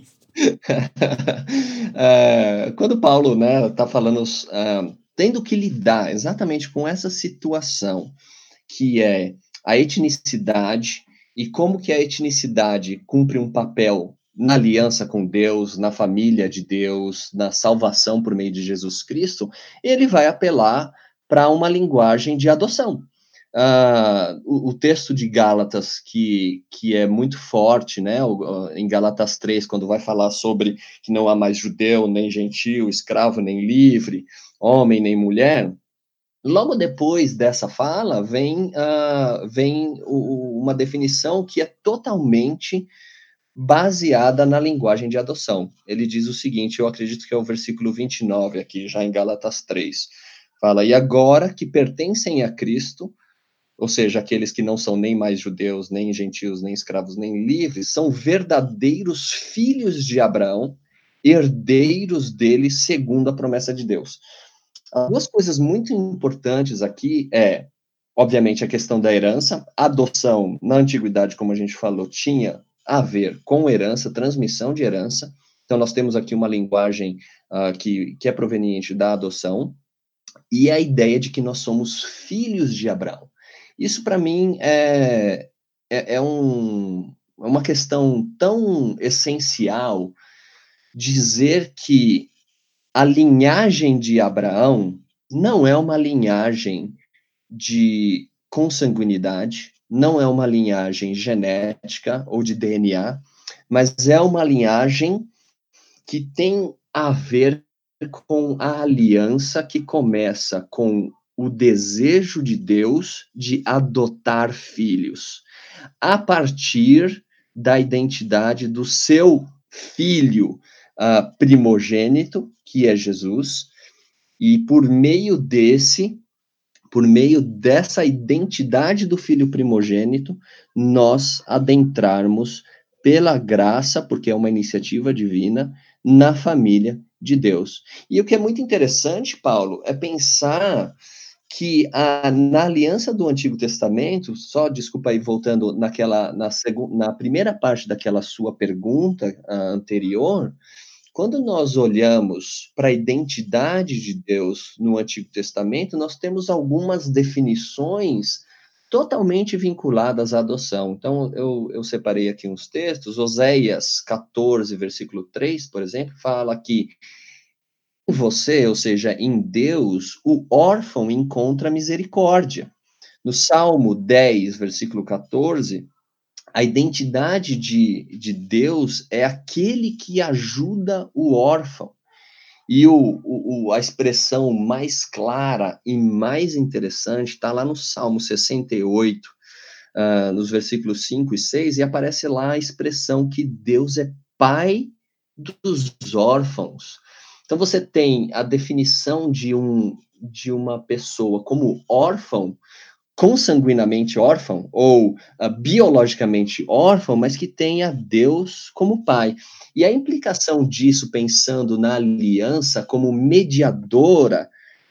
Quando Paulo, né, tá falando, tendo que lidar exatamente com essa situação, que é a etnicidade e como que a etnicidade cumpre um papel na aliança com Deus, na família de Deus, na salvação por meio de Jesus Cristo, ele vai apelar para uma linguagem de adoção. O texto de Gálatas, que é muito forte, né, em Gálatas 3, quando vai falar sobre que não há mais judeu, nem gentil, escravo, nem livre, homem, nem mulher, logo depois dessa fala vem uma definição que é totalmente baseada na linguagem de adoção. Ele diz o seguinte, eu acredito que é o versículo 29 aqui, já em Gálatas 3, fala, e agora que pertencem a Cristo, ou seja, aqueles que não são nem mais judeus, nem gentios, nem escravos, nem livres, são verdadeiros filhos de Abraão, herdeiros dele segundo a promessa de Deus. Duas coisas muito importantes aqui obviamente, a questão da herança. A adoção, na antiguidade, como a gente falou, tinha a ver com herança, transmissão de herança. Então, nós temos aqui uma linguagem que é proveniente da adoção, e a ideia de que nós somos filhos de Abraão. Isso, para mim, é uma questão tão essencial, dizer que a linhagem de Abraão não é uma linhagem de consanguinidade, não é uma linhagem genética ou de DNA, mas é uma linhagem que tem a ver com a aliança que começa com o desejo de Deus de adotar filhos, a partir da identidade do seu filho primogênito, que é Jesus, e por meio dessa identidade do filho primogênito, nós adentrarmos pela graça, porque é uma iniciativa divina, na família de Deus. E o que é muito interessante, Paulo, é pensar que na aliança do Antigo Testamento, só desculpa aí voltando na primeira parte daquela sua pergunta anterior, quando nós olhamos para a identidade de Deus no Antigo Testamento, nós temos algumas definições totalmente vinculadas à adoção. Então, eu separei aqui uns textos. Oséias 14, versículo 3, por exemplo, fala que em você, ou seja, em Deus, o órfão encontra misericórdia. No Salmo 10, versículo 14, a identidade de Deus é aquele que ajuda o órfão. E a expressão mais clara e mais interessante está lá no Salmo 68, nos versículos 5 e 6, e aparece lá a expressão que Deus é pai dos órfãos. Então você tem a definição de uma pessoa como órfão, consanguinamente órfão, ou biologicamente órfão, mas que tenha Deus como pai. E a implicação disso, pensando na aliança como mediadora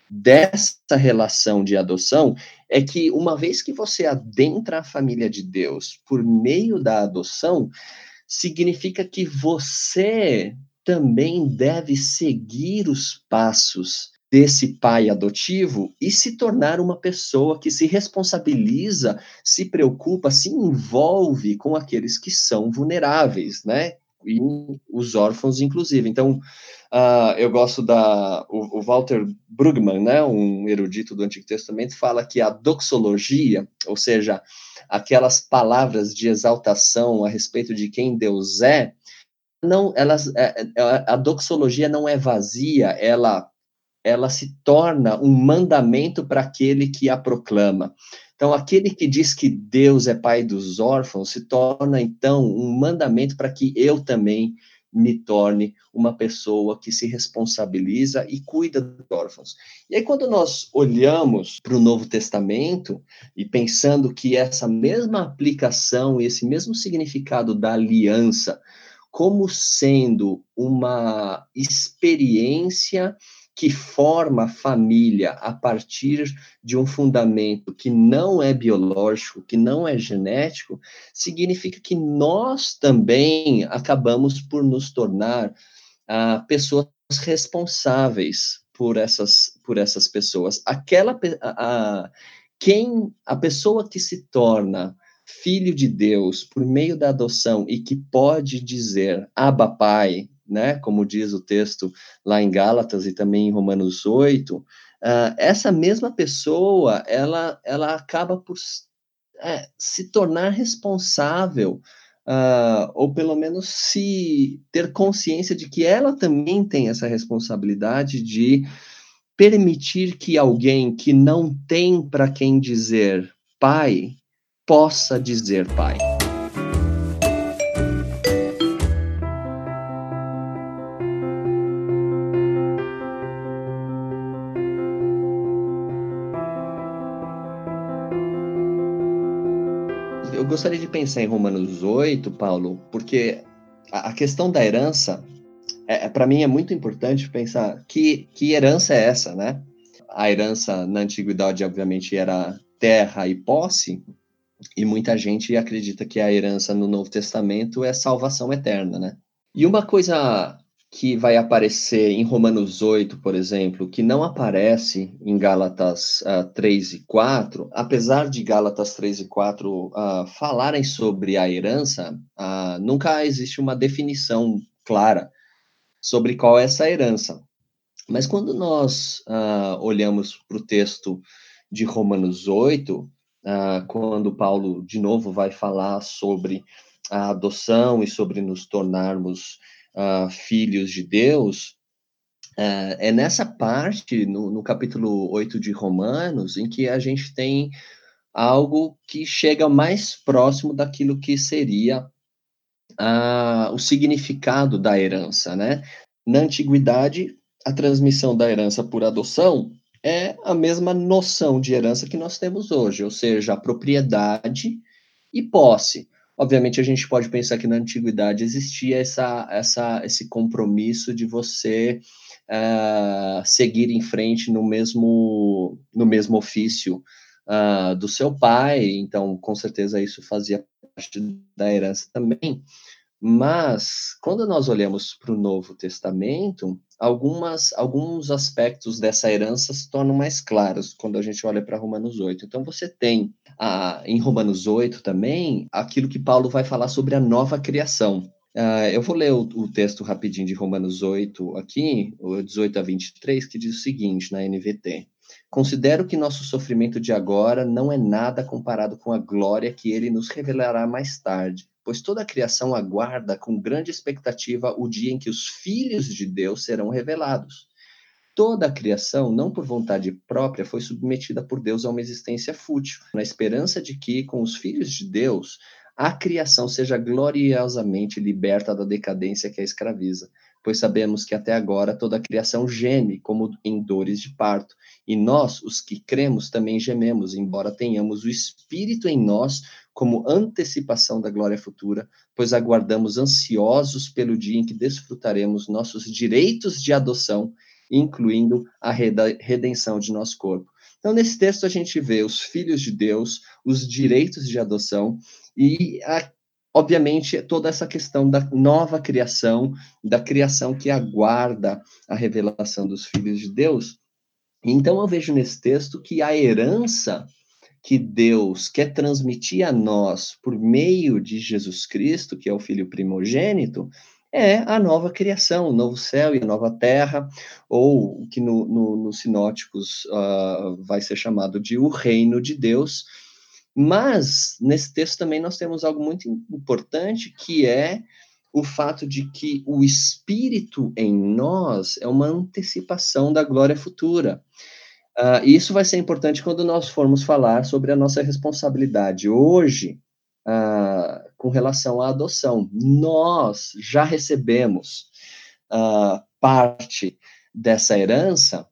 dessa relação de adoção, é que uma vez que você adentra a família de Deus por meio da adoção, significa que você também deve seguir os passos desse pai adotivo e se tornar uma pessoa que se responsabiliza, se preocupa, se envolve com aqueles que são vulneráveis, né? E os órfãos, inclusive. Então, eu gosto o Walter Brueggemann, né, um erudito do Antigo Testamento, fala que a doxologia, ou seja, aquelas palavras de exaltação a respeito de quem Deus é, a doxologia não é vazia, ela se torna um mandamento para aquele que a proclama. Então, aquele que diz que Deus é pai dos órfãos se torna, então, um mandamento para que eu também me torne uma pessoa que se responsabiliza e cuida dos órfãos. E aí, quando nós olhamos para o Novo Testamento e pensando que essa mesma aplicação e esse mesmo significado da aliança como sendo uma experiência que forma a família a partir de um fundamento que não é biológico, que não é genético, significa que nós também acabamos por nos tornar pessoas responsáveis por essas pessoas. A pessoa que se torna filho de Deus por meio da adoção e que pode dizer Abba Pai, né, como diz o texto lá em Gálatas e também em Romanos 8, essa mesma pessoa, ela acaba por se tornar responsável, ou pelo menos se ter consciência de que ela também tem essa responsabilidade de permitir que alguém que não tem para quem dizer pai, possa dizer pai. Eu gostaria de pensar em Romanos 8, Paulo, porque a questão da herança, para mim é muito importante pensar que herança é essa, né? A herança na antiguidade, obviamente, era terra e posse, e muita gente acredita que a herança no Novo Testamento é salvação eterna, né? E uma coisa que vai aparecer em Romanos 8, por exemplo, que não aparece em Gálatas 3 e 4, apesar de Gálatas 3 e 4 falarem sobre a herança, nunca existe uma definição clara sobre qual é essa herança. Mas quando nós olhamos para o texto de Romanos 8, quando Paulo, de novo, vai falar sobre a adoção e sobre nos tornarmos filhos de Deus, é nessa parte, no capítulo 8 de Romanos, em que a gente tem algo que chega mais próximo daquilo que seria o significado da herança, né? Na antiguidade, a transmissão da herança por adoção é a mesma noção de herança que nós temos hoje, ou seja, a propriedade e posse. Obviamente, a gente pode pensar que na antiguidade existia esse compromisso de você seguir em frente no mesmo ofício do seu pai, então, com certeza, isso fazia parte da herança também. Mas, quando nós olhamos para o Novo Testamento, alguns aspectos dessa herança se tornam mais claros quando a gente olha para Romanos 8. Então, você tem em Romanos 8 também aquilo que Paulo vai falar sobre a nova criação. Eu vou ler o texto rapidinho de Romanos 8 aqui, o 18 a 23, que diz o seguinte na NVT. Considero que nosso sofrimento de agora não é nada comparado com a glória que ele nos revelará mais tarde, pois toda a criação aguarda com grande expectativa o dia em que os filhos de Deus serão revelados. Toda a criação, não por vontade própria, foi submetida por Deus a uma existência fútil, na esperança de que, com os filhos de Deus, a criação seja gloriosamente liberta da decadência que a escraviza, pois sabemos que até agora toda a criação geme como em dores de parto, e nós, os que cremos, também gememos, embora tenhamos o Espírito em nós como antecipação da glória futura, pois aguardamos ansiosos pelo dia em que desfrutaremos nossos direitos de adoção, incluindo a redenção de nosso corpo. Então, nesse texto, a gente vê os filhos de Deus, os direitos de adoção e, obviamente, toda essa questão da nova criação, da criação que aguarda a revelação dos filhos de Deus. Então, eu vejo nesse texto que a herança que Deus quer transmitir a nós por meio de Jesus Cristo, que é o Filho primogênito, é a nova criação, o novo céu e a nova terra, ou que nos sinóticos vai ser chamado de o reino de Deus. Mas, nesse texto também nós temos algo muito importante, que é o fato de que o Espírito em nós é uma antecipação da glória futura. E isso vai ser importante quando nós formos falar sobre a nossa responsabilidade hoje, com relação à adoção. Nós já recebemos parte dessa herança,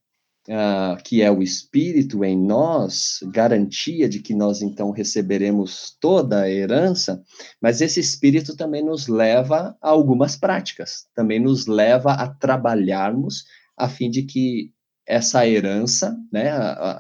que é o Espírito em nós, garantia de que nós então receberemos toda a herança, mas esse Espírito também nos leva a algumas práticas, também nos leva a trabalharmos a fim de que essa herança, né,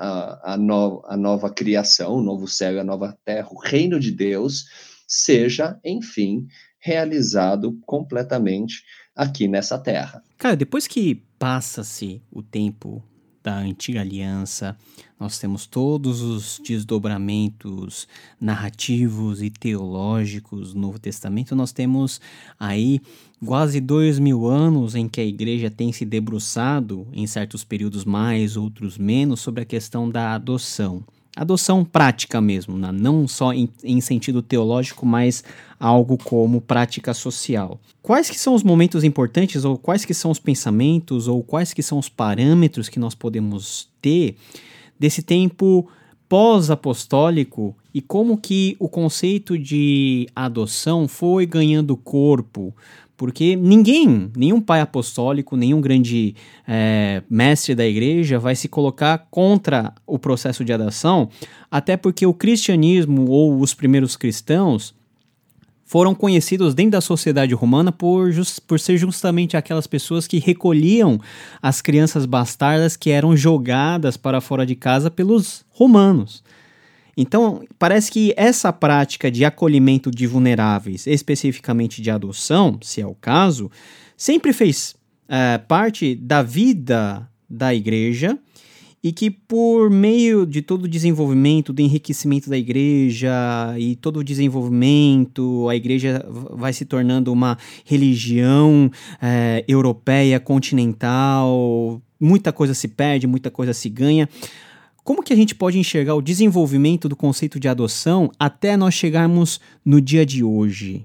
a nova criação, o novo céu e a nova terra, o reino de Deus, seja, enfim, realizado completamente aqui nessa terra. Cara, depois que passa-se o tempo da antiga aliança, nós temos todos os desdobramentos narrativos e teológicos do Novo Testamento, nós temos aí quase 2000 anos em que a igreja tem se debruçado, em certos períodos mais, outros menos, sobre a questão da adoção. Adoção prática mesmo, né? Não só em sentido teológico, mas algo como prática social. Quais que são os momentos importantes, ou quais que são os pensamentos, ou quais que são os parâmetros que nós podemos ter desse tempo pós-apostólico e como que o conceito de adoção foi ganhando corpo? Porque nenhum pai apostólico, nenhum grande mestre da igreja vai se colocar contra o processo de adoção, até porque o cristianismo ou os primeiros cristãos foram conhecidos dentro da sociedade romana por ser justamente aquelas pessoas que recolhiam as crianças bastardas que eram jogadas para fora de casa pelos romanos. Então, parece que essa prática de acolhimento de vulneráveis, especificamente de adoção, se é o caso, sempre fez parte da vida da igreja e que por meio de todo o desenvolvimento, do enriquecimento da igreja e todo o desenvolvimento, a igreja vai se tornando uma religião europeia, continental, muita coisa se perde, muita coisa se ganha. Como que a gente pode enxergar o desenvolvimento do conceito de adoção até nós chegarmos no dia de hoje?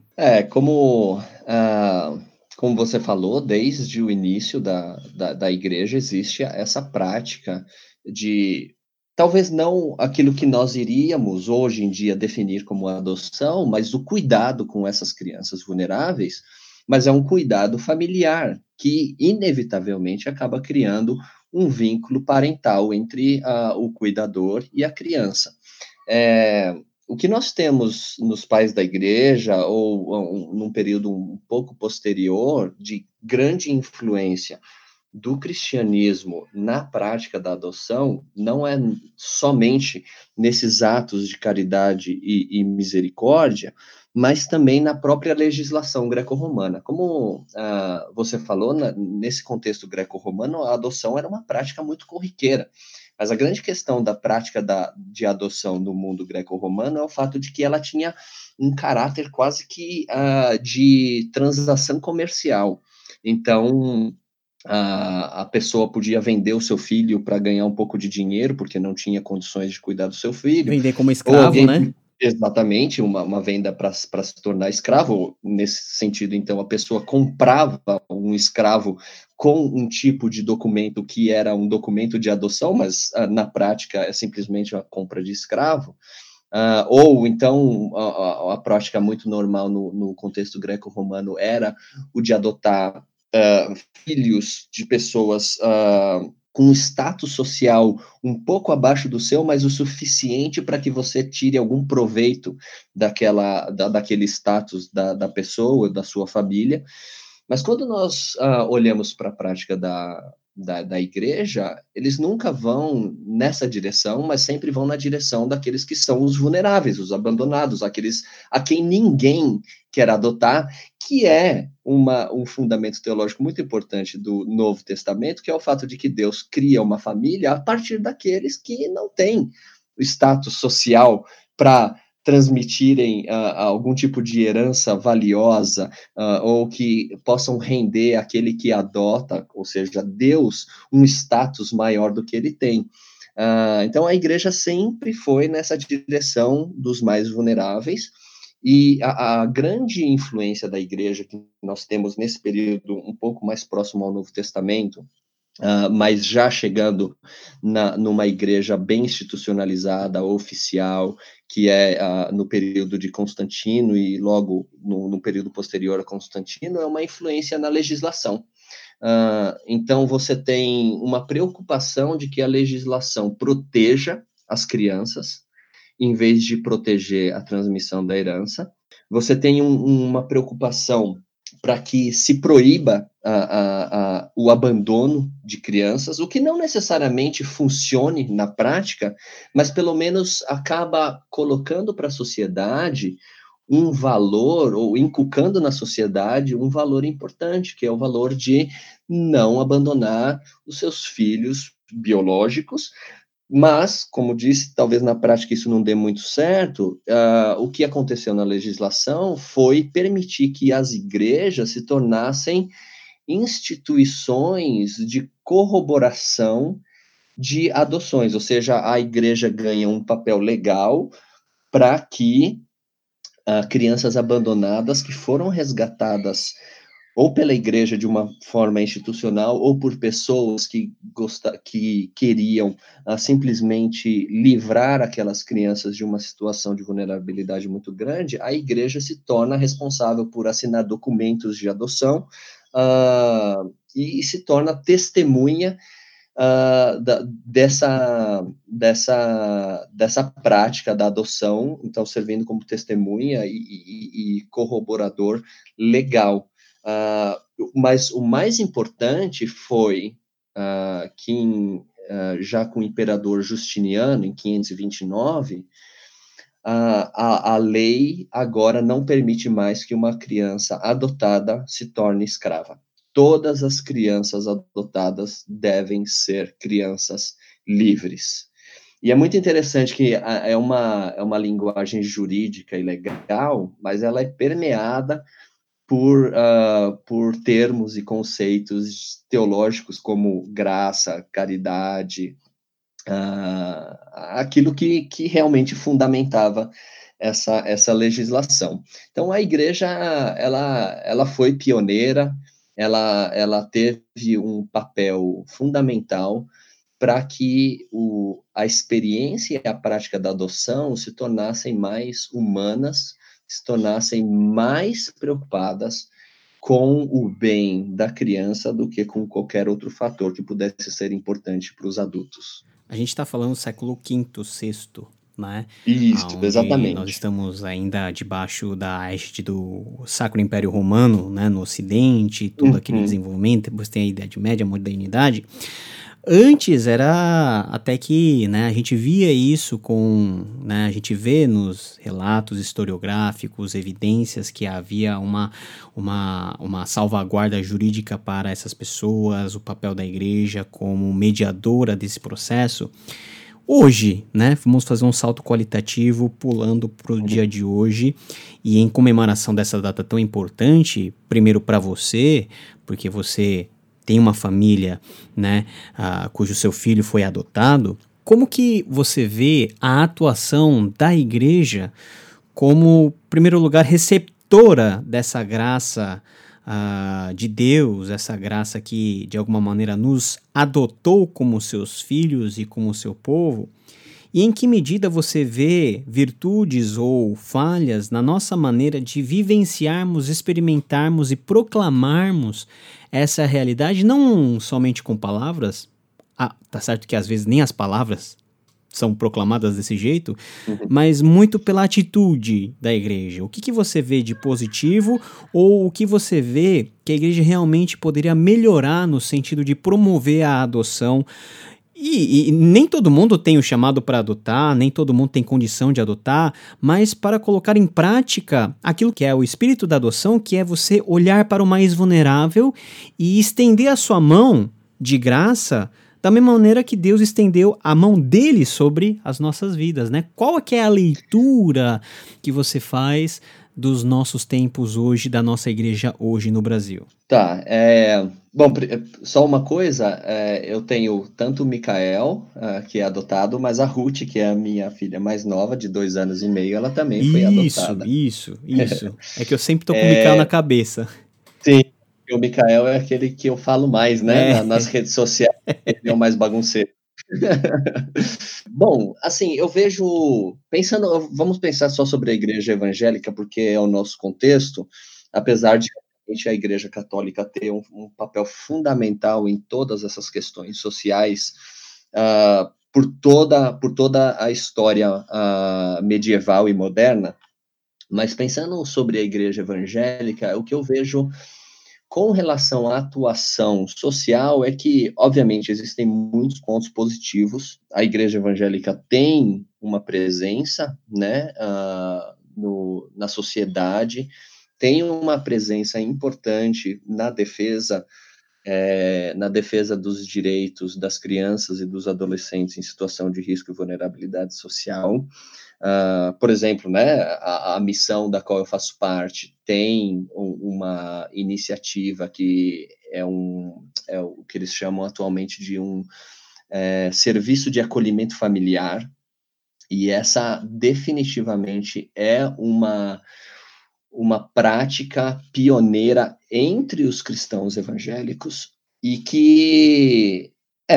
Como você falou, desde o início da igreja existe essa prática de talvez não aquilo que nós iríamos hoje em dia definir como adoção, mas o cuidado com essas crianças vulneráveis, mas é um cuidado familiar que inevitavelmente acaba criando um vínculo parental entre o cuidador e a criança. É, o que nós temos nos pais da igreja, ou num período um pouco posterior, de grande influência do cristianismo na prática da adoção, não é somente nesses atos de caridade e misericórdia, mas também na própria legislação greco-romana. Como você falou, nesse contexto greco-romano, a adoção era uma prática muito corriqueira. Mas a grande questão da prática de adoção no mundo greco-romano é o fato de que ela tinha um caráter quase que de transação comercial. Então, a pessoa podia vender o seu filho para ganhar um pouco de dinheiro, porque não tinha condições de cuidar do seu filho, Vender como ou escravo, né? exatamente, uma venda para se tornar escravo. Nesse sentido, então, a pessoa comprava um escravo com um tipo de documento que era um documento de adoção, mas na prática é simplesmente a compra de escravo. Ou então a prática muito normal no contexto greco-romano era o de adotar filhos de pessoas com status social um pouco abaixo do seu, mas o suficiente para que você tire algum proveito daquele status da pessoa, da sua família. Mas quando nós olhamos para a prática da igreja, eles nunca vão nessa direção, mas sempre vão na direção daqueles que são os vulneráveis, os abandonados, aqueles a quem ninguém quer adotar, que é um fundamento teológico muito importante do Novo Testamento, que é o fato de que Deus cria uma família a partir daqueles que não têm o status social para transmitirem algum tipo de herança valiosa, ou que possam render aquele que adota, ou seja, Deus, um status maior do que ele tem. Então, a igreja sempre foi nessa direção dos mais vulneráveis, e a grande influência da igreja que nós temos nesse período um pouco mais próximo ao Novo Testamento, mas já chegando numa igreja bem institucionalizada, oficial, que é no período de Constantino e logo no período posterior a Constantino, é uma influência na legislação. Então, você tem uma preocupação de que a legislação proteja as crianças, em vez de proteger a transmissão da herança. Você tem uma preocupação para que se proíba o abandono de crianças, o que não necessariamente funcione na prática, mas pelo menos acaba colocando para a sociedade um valor, ou inculcando na sociedade um valor importante, que é o valor de não abandonar os seus filhos biológicos, mas, como disse, talvez na prática isso não dê muito certo. O que aconteceu na legislação foi permitir que as igrejas se tornassem instituições de corroboração de adoções, ou seja, a igreja ganha um papel legal para que crianças abandonadas que foram resgatadas ou pela igreja de uma forma institucional, ou por pessoas que queriam simplesmente livrar aquelas crianças de uma situação de vulnerabilidade muito grande, a igreja se torna responsável por assinar documentos de adoção e se torna testemunha dessa prática da adoção, então servindo como testemunha e corroborador legal. Mas o mais importante foi que já com o imperador Justiniano, em 529, a lei agora não permite mais que uma criança adotada se torne escrava. Todas as crianças adotadas devem ser crianças livres. E é muito interessante que é uma linguagem jurídica e legal, mas ela é permeada por termos e conceitos teológicos como graça, caridade, aquilo que realmente fundamentava essa legislação. Então, a igreja ela foi pioneira, ela teve um papel fundamental para que a experiência e a prática da adoção se tornassem mais humanas, se tornassem mais preocupadas com o bem da criança do que com qualquer outro fator que pudesse ser importante para os adultos. A gente está falando do século V, VI, né? Isso, Onde nós exatamente. estamos ainda debaixo da égide do Sacro Império Romano, né? No Ocidente, todo aquele Uhum. desenvolvimento, depois tem a Idade Média, a modernidade. Antes era até que, né, a gente via isso né, a gente vê nos relatos historiográficos, evidências que havia uma salvaguarda jurídica para essas pessoas, o papel da igreja como mediadora desse processo. Hoje, né, vamos fazer um salto qualitativo pulando para o dia de hoje e em comemoração dessa data tão importante, primeiro para você, porque você tem uma família, né, cujo seu filho foi adotado, como que você vê a atuação da igreja como, em primeiro lugar, receptora dessa graça de Deus, essa graça que de alguma maneira nos adotou como seus filhos e como seu povo? E em que medida você vê virtudes ou falhas na nossa maneira de vivenciarmos, experimentarmos e proclamarmos essa realidade, não somente com palavras? Tá certo que às vezes nem as palavras são proclamadas desse jeito, Uhum. mas muito pela atitude da igreja. O que você vê de positivo ou o que você vê que a igreja realmente poderia melhorar no sentido de promover a adoção? E nem todo mundo tem o chamado para adotar, nem todo mundo tem condição de adotar, mas para colocar em prática aquilo que é o espírito da adoção, que é você olhar para o mais vulnerável e estender a sua mão de graça da mesma maneira que Deus estendeu a mão dele sobre as nossas vidas, né? Qual é que é a leitura que você faz dos nossos tempos hoje, da nossa igreja hoje no Brasil? Tá, bom, só uma coisa, eu tenho tanto o Mikael, que é adotado, mas a Ruth, que é a minha filha mais nova, de 2 anos e meio, ela também foi adotada. Isso. É que eu sempre tô com o Mikael na cabeça. Sim, o Mikael é aquele que eu falo mais, né, É. nas redes sociais, ele é o mais bagunceiro. Bom, assim, eu vejo, vamos pensar só sobre a igreja evangélica, porque é o nosso contexto, apesar de realmente a igreja católica ter um papel fundamental em todas essas questões sociais, por toda a história medieval e moderna, mas pensando sobre a igreja evangélica, o que eu vejo com relação à atuação social é que, obviamente, existem muitos pontos positivos. A igreja evangélica tem uma presença, né, na sociedade, tem uma presença importante na defesa dos direitos das crianças e dos adolescentes em situação de risco e vulnerabilidade social. Por exemplo, né, a missão da qual eu faço parte tem uma iniciativa que é o que eles chamam atualmente de serviço de acolhimento familiar, e essa definitivamente é uma prática pioneira entre os cristãos evangélicos e que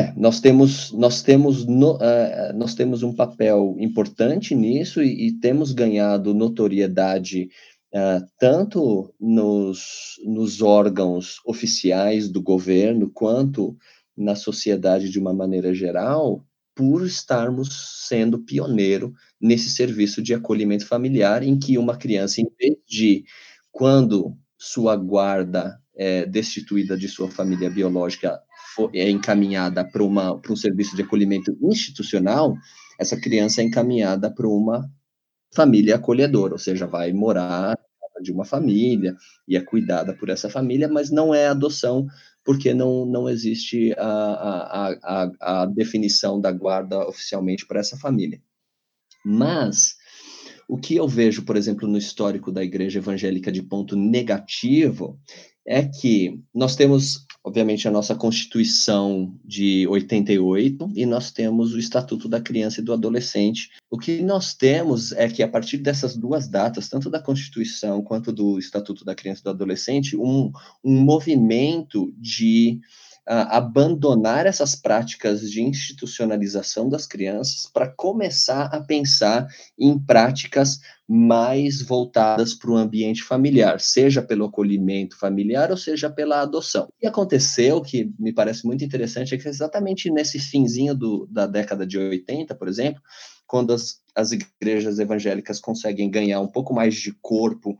nós temos um papel importante nisso e temos ganhado notoriedade tanto nos órgãos oficiais do governo quanto na sociedade de uma maneira geral, por estarmos sendo pioneiro nesse serviço de acolhimento familiar, em que uma criança, em vez de, quando sua guarda é destituída de sua família biológica, é encaminhada para um serviço de acolhimento institucional, essa criança é encaminhada para uma família acolhedora, ou seja, vai morar na casa de uma família e é cuidada por essa família, mas não é adoção, porque não existe a definição da guarda oficialmente para essa família. Mas o que eu vejo, por exemplo, no histórico da igreja evangélica de ponto negativo, é que nós temos, obviamente, a nossa Constituição de 88 e nós temos o Estatuto da Criança e do Adolescente. O que nós temos é que, a partir dessas duas datas, tanto da Constituição quanto do Estatuto da Criança e do Adolescente, um movimento de abandonar essas práticas de institucionalização das crianças para começar a pensar em práticas mais voltadas para o ambiente familiar, seja pelo acolhimento familiar ou seja pela adoção. O que aconteceu, que me parece muito interessante, é que exatamente nesse finzinho da década de 80, por exemplo, quando as igrejas evangélicas conseguem ganhar um pouco mais de corpo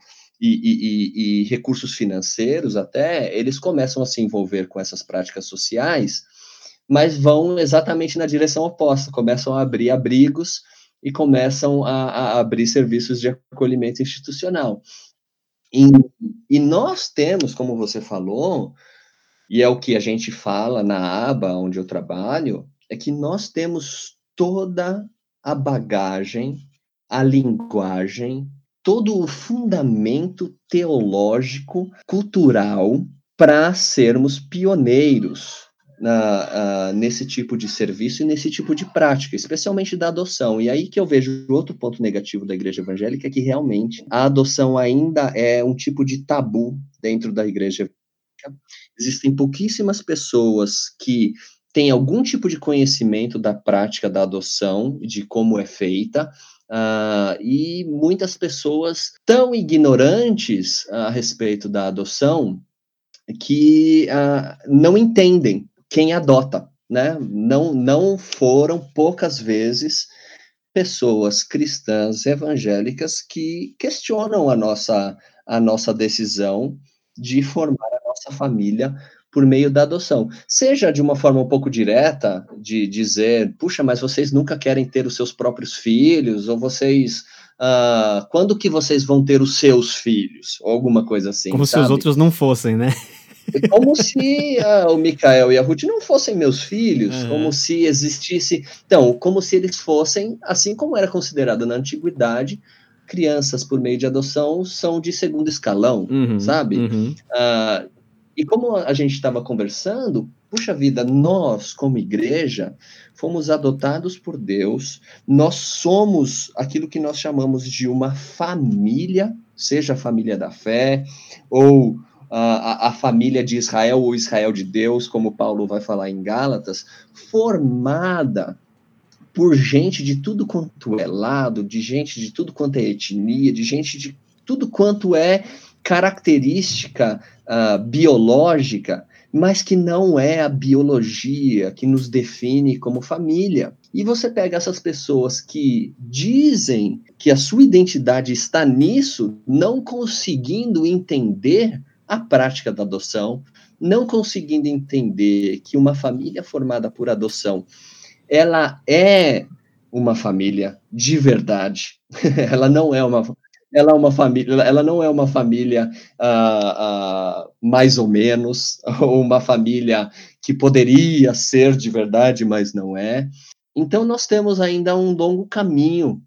e recursos financeiros até, eles começam a se envolver com essas práticas sociais, mas vão exatamente na direção oposta, começam a abrir abrigos e começam a abrir serviços de acolhimento institucional. E nós temos, como você falou, e é o que a gente fala na aba onde eu trabalho, é que nós temos toda a bagagem, a linguagem, todo o fundamento teológico, cultural, para sermos pioneiros nesse tipo de serviço e nesse tipo de prática, especialmente da adoção. E aí que eu vejo outro ponto negativo da igreja evangélica, é que realmente a adoção ainda é um tipo de tabu dentro da igreja evangélica. Existem pouquíssimas pessoas que têm algum tipo de conhecimento da prática da adoção, de como é feita, e muitas pessoas tão ignorantes a respeito da adoção que não entendem quem adota, né? Não foram poucas vezes pessoas cristãs evangélicas que questionam a nossa decisão de formar a nossa família por meio da adoção. Seja de uma forma um pouco direta, de dizer, puxa, mas vocês nunca querem ter os seus próprios filhos, ou vocês, quando que vocês vão ter os seus filhos? Ou alguma coisa assim, como se os outros não fossem, né? É como se o Mikael e a Ruth não fossem meus filhos, como se existisse... Então, como se eles fossem, assim como era considerado na antiguidade, crianças por meio de adoção são de segundo escalão, sabe? E como a gente estava conversando, puxa vida, nós, como igreja, fomos adotados por Deus, nós somos aquilo que nós chamamos de uma família, seja a família da fé, ou a família de Israel, ou Israel de Deus, como Paulo vai falar em Gálatas, formada por gente de tudo quanto é lado, de gente de tudo quanto é etnia, de gente de tudo quanto é característica biológica, mas que não é a biologia que nos define como família. E você pega essas pessoas que dizem que a sua identidade está nisso, não conseguindo entender a prática da adoção, não conseguindo entender que uma família formada por adoção, ela é uma família de verdade. Ela não é uma família, ela não é uma família mais ou menos, ou uma família que poderia ser de verdade, mas não é. Então, nós temos ainda um longo caminho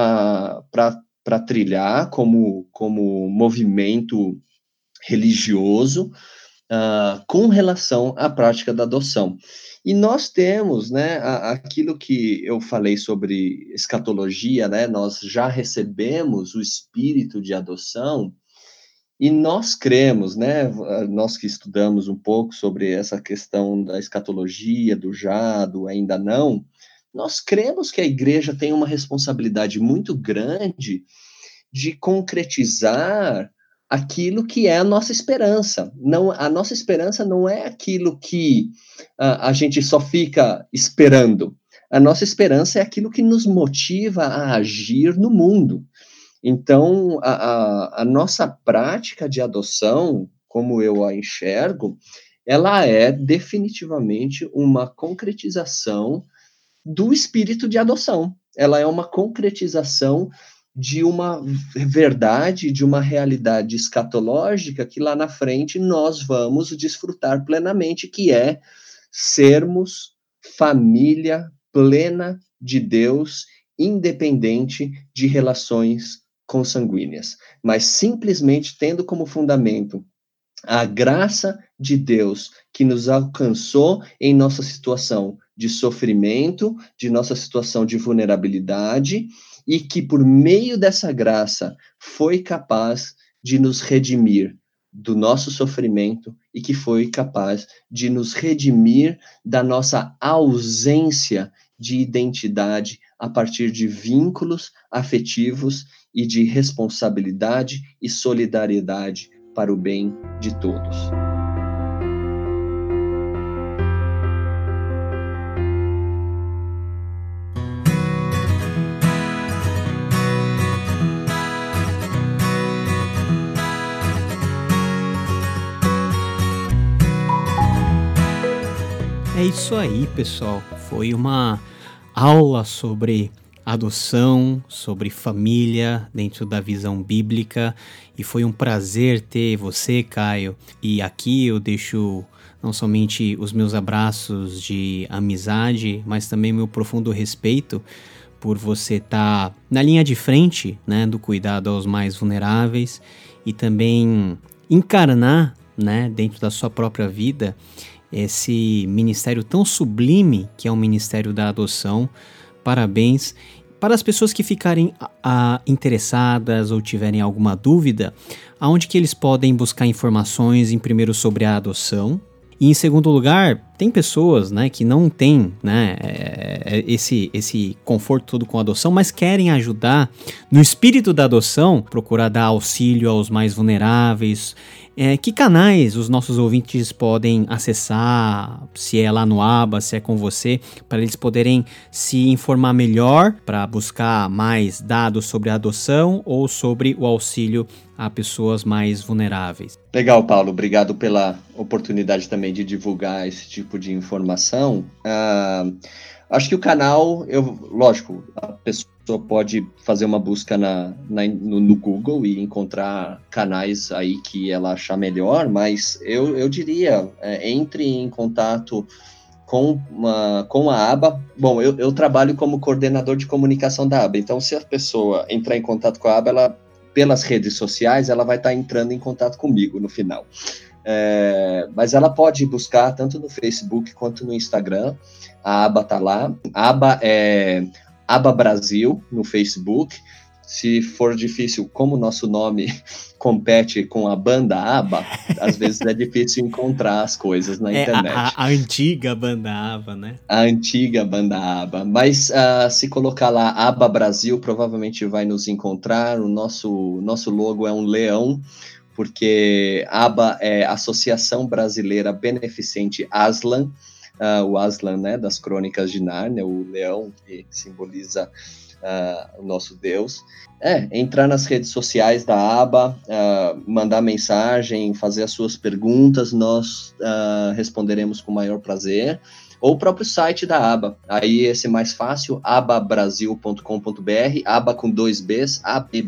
para trilhar como movimento religioso com relação à prática da adoção. E nós temos, né, aquilo que eu falei sobre escatologia, né, nós já recebemos o espírito de adoção, e nós cremos, né, nós que estudamos um pouco sobre essa questão da escatologia, do já, do ainda não, nós cremos que a igreja tem uma responsabilidade muito grande de concretizar aquilo que é a nossa esperança. Não, a nossa esperança não é aquilo que a gente só fica esperando. A nossa esperança é aquilo que nos motiva a agir no mundo. Então, a nossa prática de adoção, como eu a enxergo, ela é definitivamente uma concretização do espírito de adoção. Ela é uma concretização de uma verdade, de uma realidade escatológica que lá na frente nós vamos desfrutar plenamente, que é sermos família plena de Deus, independente de relações consanguíneas, mas simplesmente tendo como fundamento a graça de Deus que nos alcançou em nossa situação de sofrimento, de nossa situação de vulnerabilidade, e que por meio dessa graça foi capaz de nos redimir do nosso sofrimento e que foi capaz de nos redimir da nossa ausência de identidade a partir de vínculos afetivos e de responsabilidade e solidariedade para o bem de todos. É isso aí, pessoal. Foi uma aula sobre adoção, sobre família dentro da visão bíblica, e foi um prazer ter você, Caio. E aqui eu deixo não somente os meus abraços de amizade, mas também meu profundo respeito por você estar na linha de frente, né, do cuidado aos mais vulneráveis e também encarnar, né, dentro da sua própria vida esse ministério tão sublime que é o Ministério da Adoção. Parabéns. Para as pessoas que ficarem interessadas ou tiverem alguma dúvida, aonde que eles podem buscar informações, em primeiro, sobre a adoção? E em segundo lugar, tem pessoas, né, que não têm, né, esse conforto todo com a adoção, mas querem ajudar no espírito da adoção, procurar dar auxílio aos mais vulneráveis. Que canais os nossos ouvintes podem acessar, se é lá no ABA, se é com você, para eles poderem se informar melhor, para buscar mais dados sobre a adoção ou sobre o auxílio a pessoas mais vulneráveis? Legal, Paulo. Obrigado pela oportunidade também de divulgar esse tipo de informação. Acho que o canal, lógico, a pessoa pode fazer uma busca no Google e encontrar canais aí que ela achar melhor, mas eu diria, entre em contato com a ABA. Bom, eu trabalho como coordenador de comunicação da ABA, então se a pessoa entrar em contato com a ABA, ela, pelas redes sociais, ela vai estar entrando em contato comigo no final. Mas ela pode buscar tanto no Facebook quanto no Instagram. A ABA está lá. A ABA é ABA Brasil no Facebook. Se for difícil, como o nosso nome compete com a banda ABA, às vezes é difícil encontrar as coisas na internet. A antiga banda ABA, né? A antiga banda ABA. Mas se colocar lá ABA Brasil, provavelmente vai nos encontrar. O nosso logo é um leão, porque ABA é Associação Brasileira Beneficente Aslan, o Aslan, né, das Crônicas de Nárnia, o leão que simboliza o nosso Deus. Entrar nas redes sociais da ABA, mandar mensagem, fazer as suas perguntas, nós responderemos com o maior prazer. Ou o próprio site da ABA, aí esse é mais fácil, ababrasil.com.br, ABA com 2 Bs,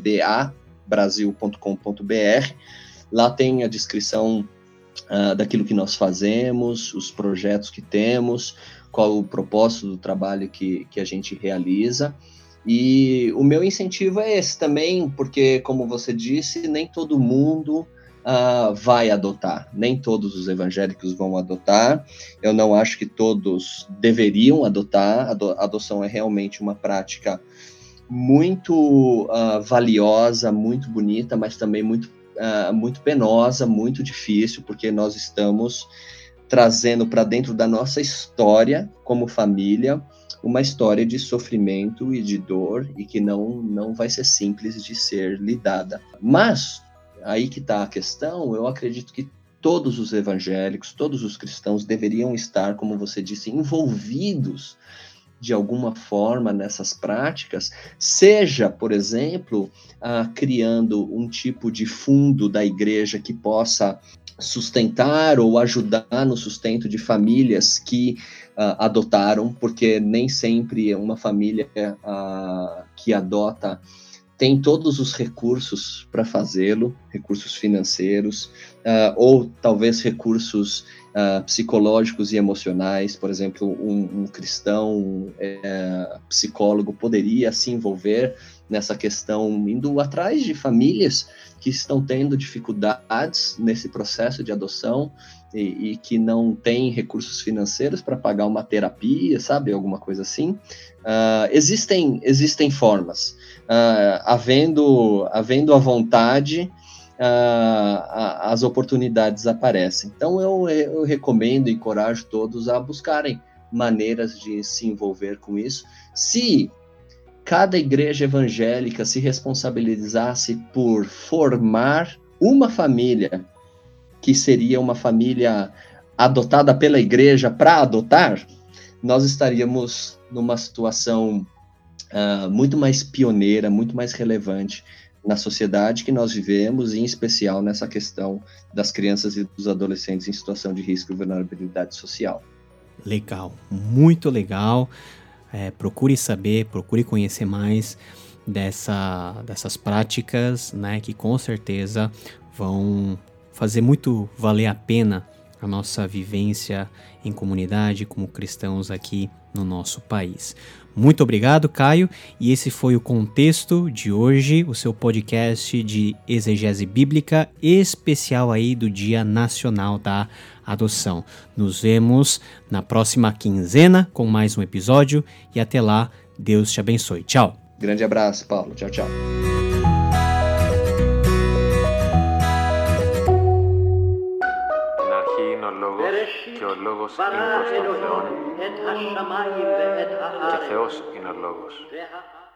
abbabrasil.com.br. Lá tem a descrição daquilo que nós fazemos, os projetos que temos, qual o propósito do trabalho que a gente realiza. E o meu incentivo é esse também, porque, como você disse, nem todo mundo vai adotar, nem todos os evangélicos vão adotar. Eu não acho que todos deveriam adotar. A adoção é realmente uma prática muito valiosa, muito bonita, mas também muito penosa, muito difícil, porque nós estamos trazendo para dentro da nossa história como família uma história de sofrimento e de dor, e que não vai ser simples de ser lidada. Mas aí que está a questão. Eu acredito que todos os evangélicos, todos os cristãos deveriam estar, como você disse, envolvidos de alguma forma nessas práticas, seja, por exemplo, criando um tipo de fundo da igreja que possa sustentar ou ajudar no sustento de famílias que adotaram, porque nem sempre uma família que adota tem todos os recursos para fazê-lo, recursos financeiros, ou talvez recursos psicológicos e emocionais. Por exemplo, um cristão psicólogo poderia se envolver nessa questão, indo atrás de famílias que estão tendo dificuldades nesse processo de adoção e que não têm recursos financeiros para pagar uma terapia, sabe, alguma coisa assim. Existem formas, havendo a vontade, as oportunidades aparecem. Então eu recomendo e encorajo todos a buscarem maneiras de se envolver com isso. Se cada igreja evangélica se responsabilizasse por formar uma família, que seria uma família adotada pela igreja para adotar, nós estaríamos numa situação muito mais pioneira, muito mais relevante na sociedade que nós vivemos, e em especial nessa questão das crianças e dos adolescentes em situação de risco e vulnerabilidade social. Legal, muito legal. Procure saber, procure conhecer mais dessas práticas, né, que com certeza vão fazer muito valer a pena a nossa vivência em comunidade como cristãos aqui no nosso país. Muito obrigado, Caio, e esse foi o Contexto de hoje, o seu podcast de exegese bíblica especial aí do Dia Nacional da Adoção. Nos vemos na próxima quinzena com mais um episódio e até lá, Deus te abençoe. Tchau. Grande abraço, Paulo. Tchau, tchau. Και ο λόγος είναι προς τον Θεόν και Θεός είναι ο λόγος.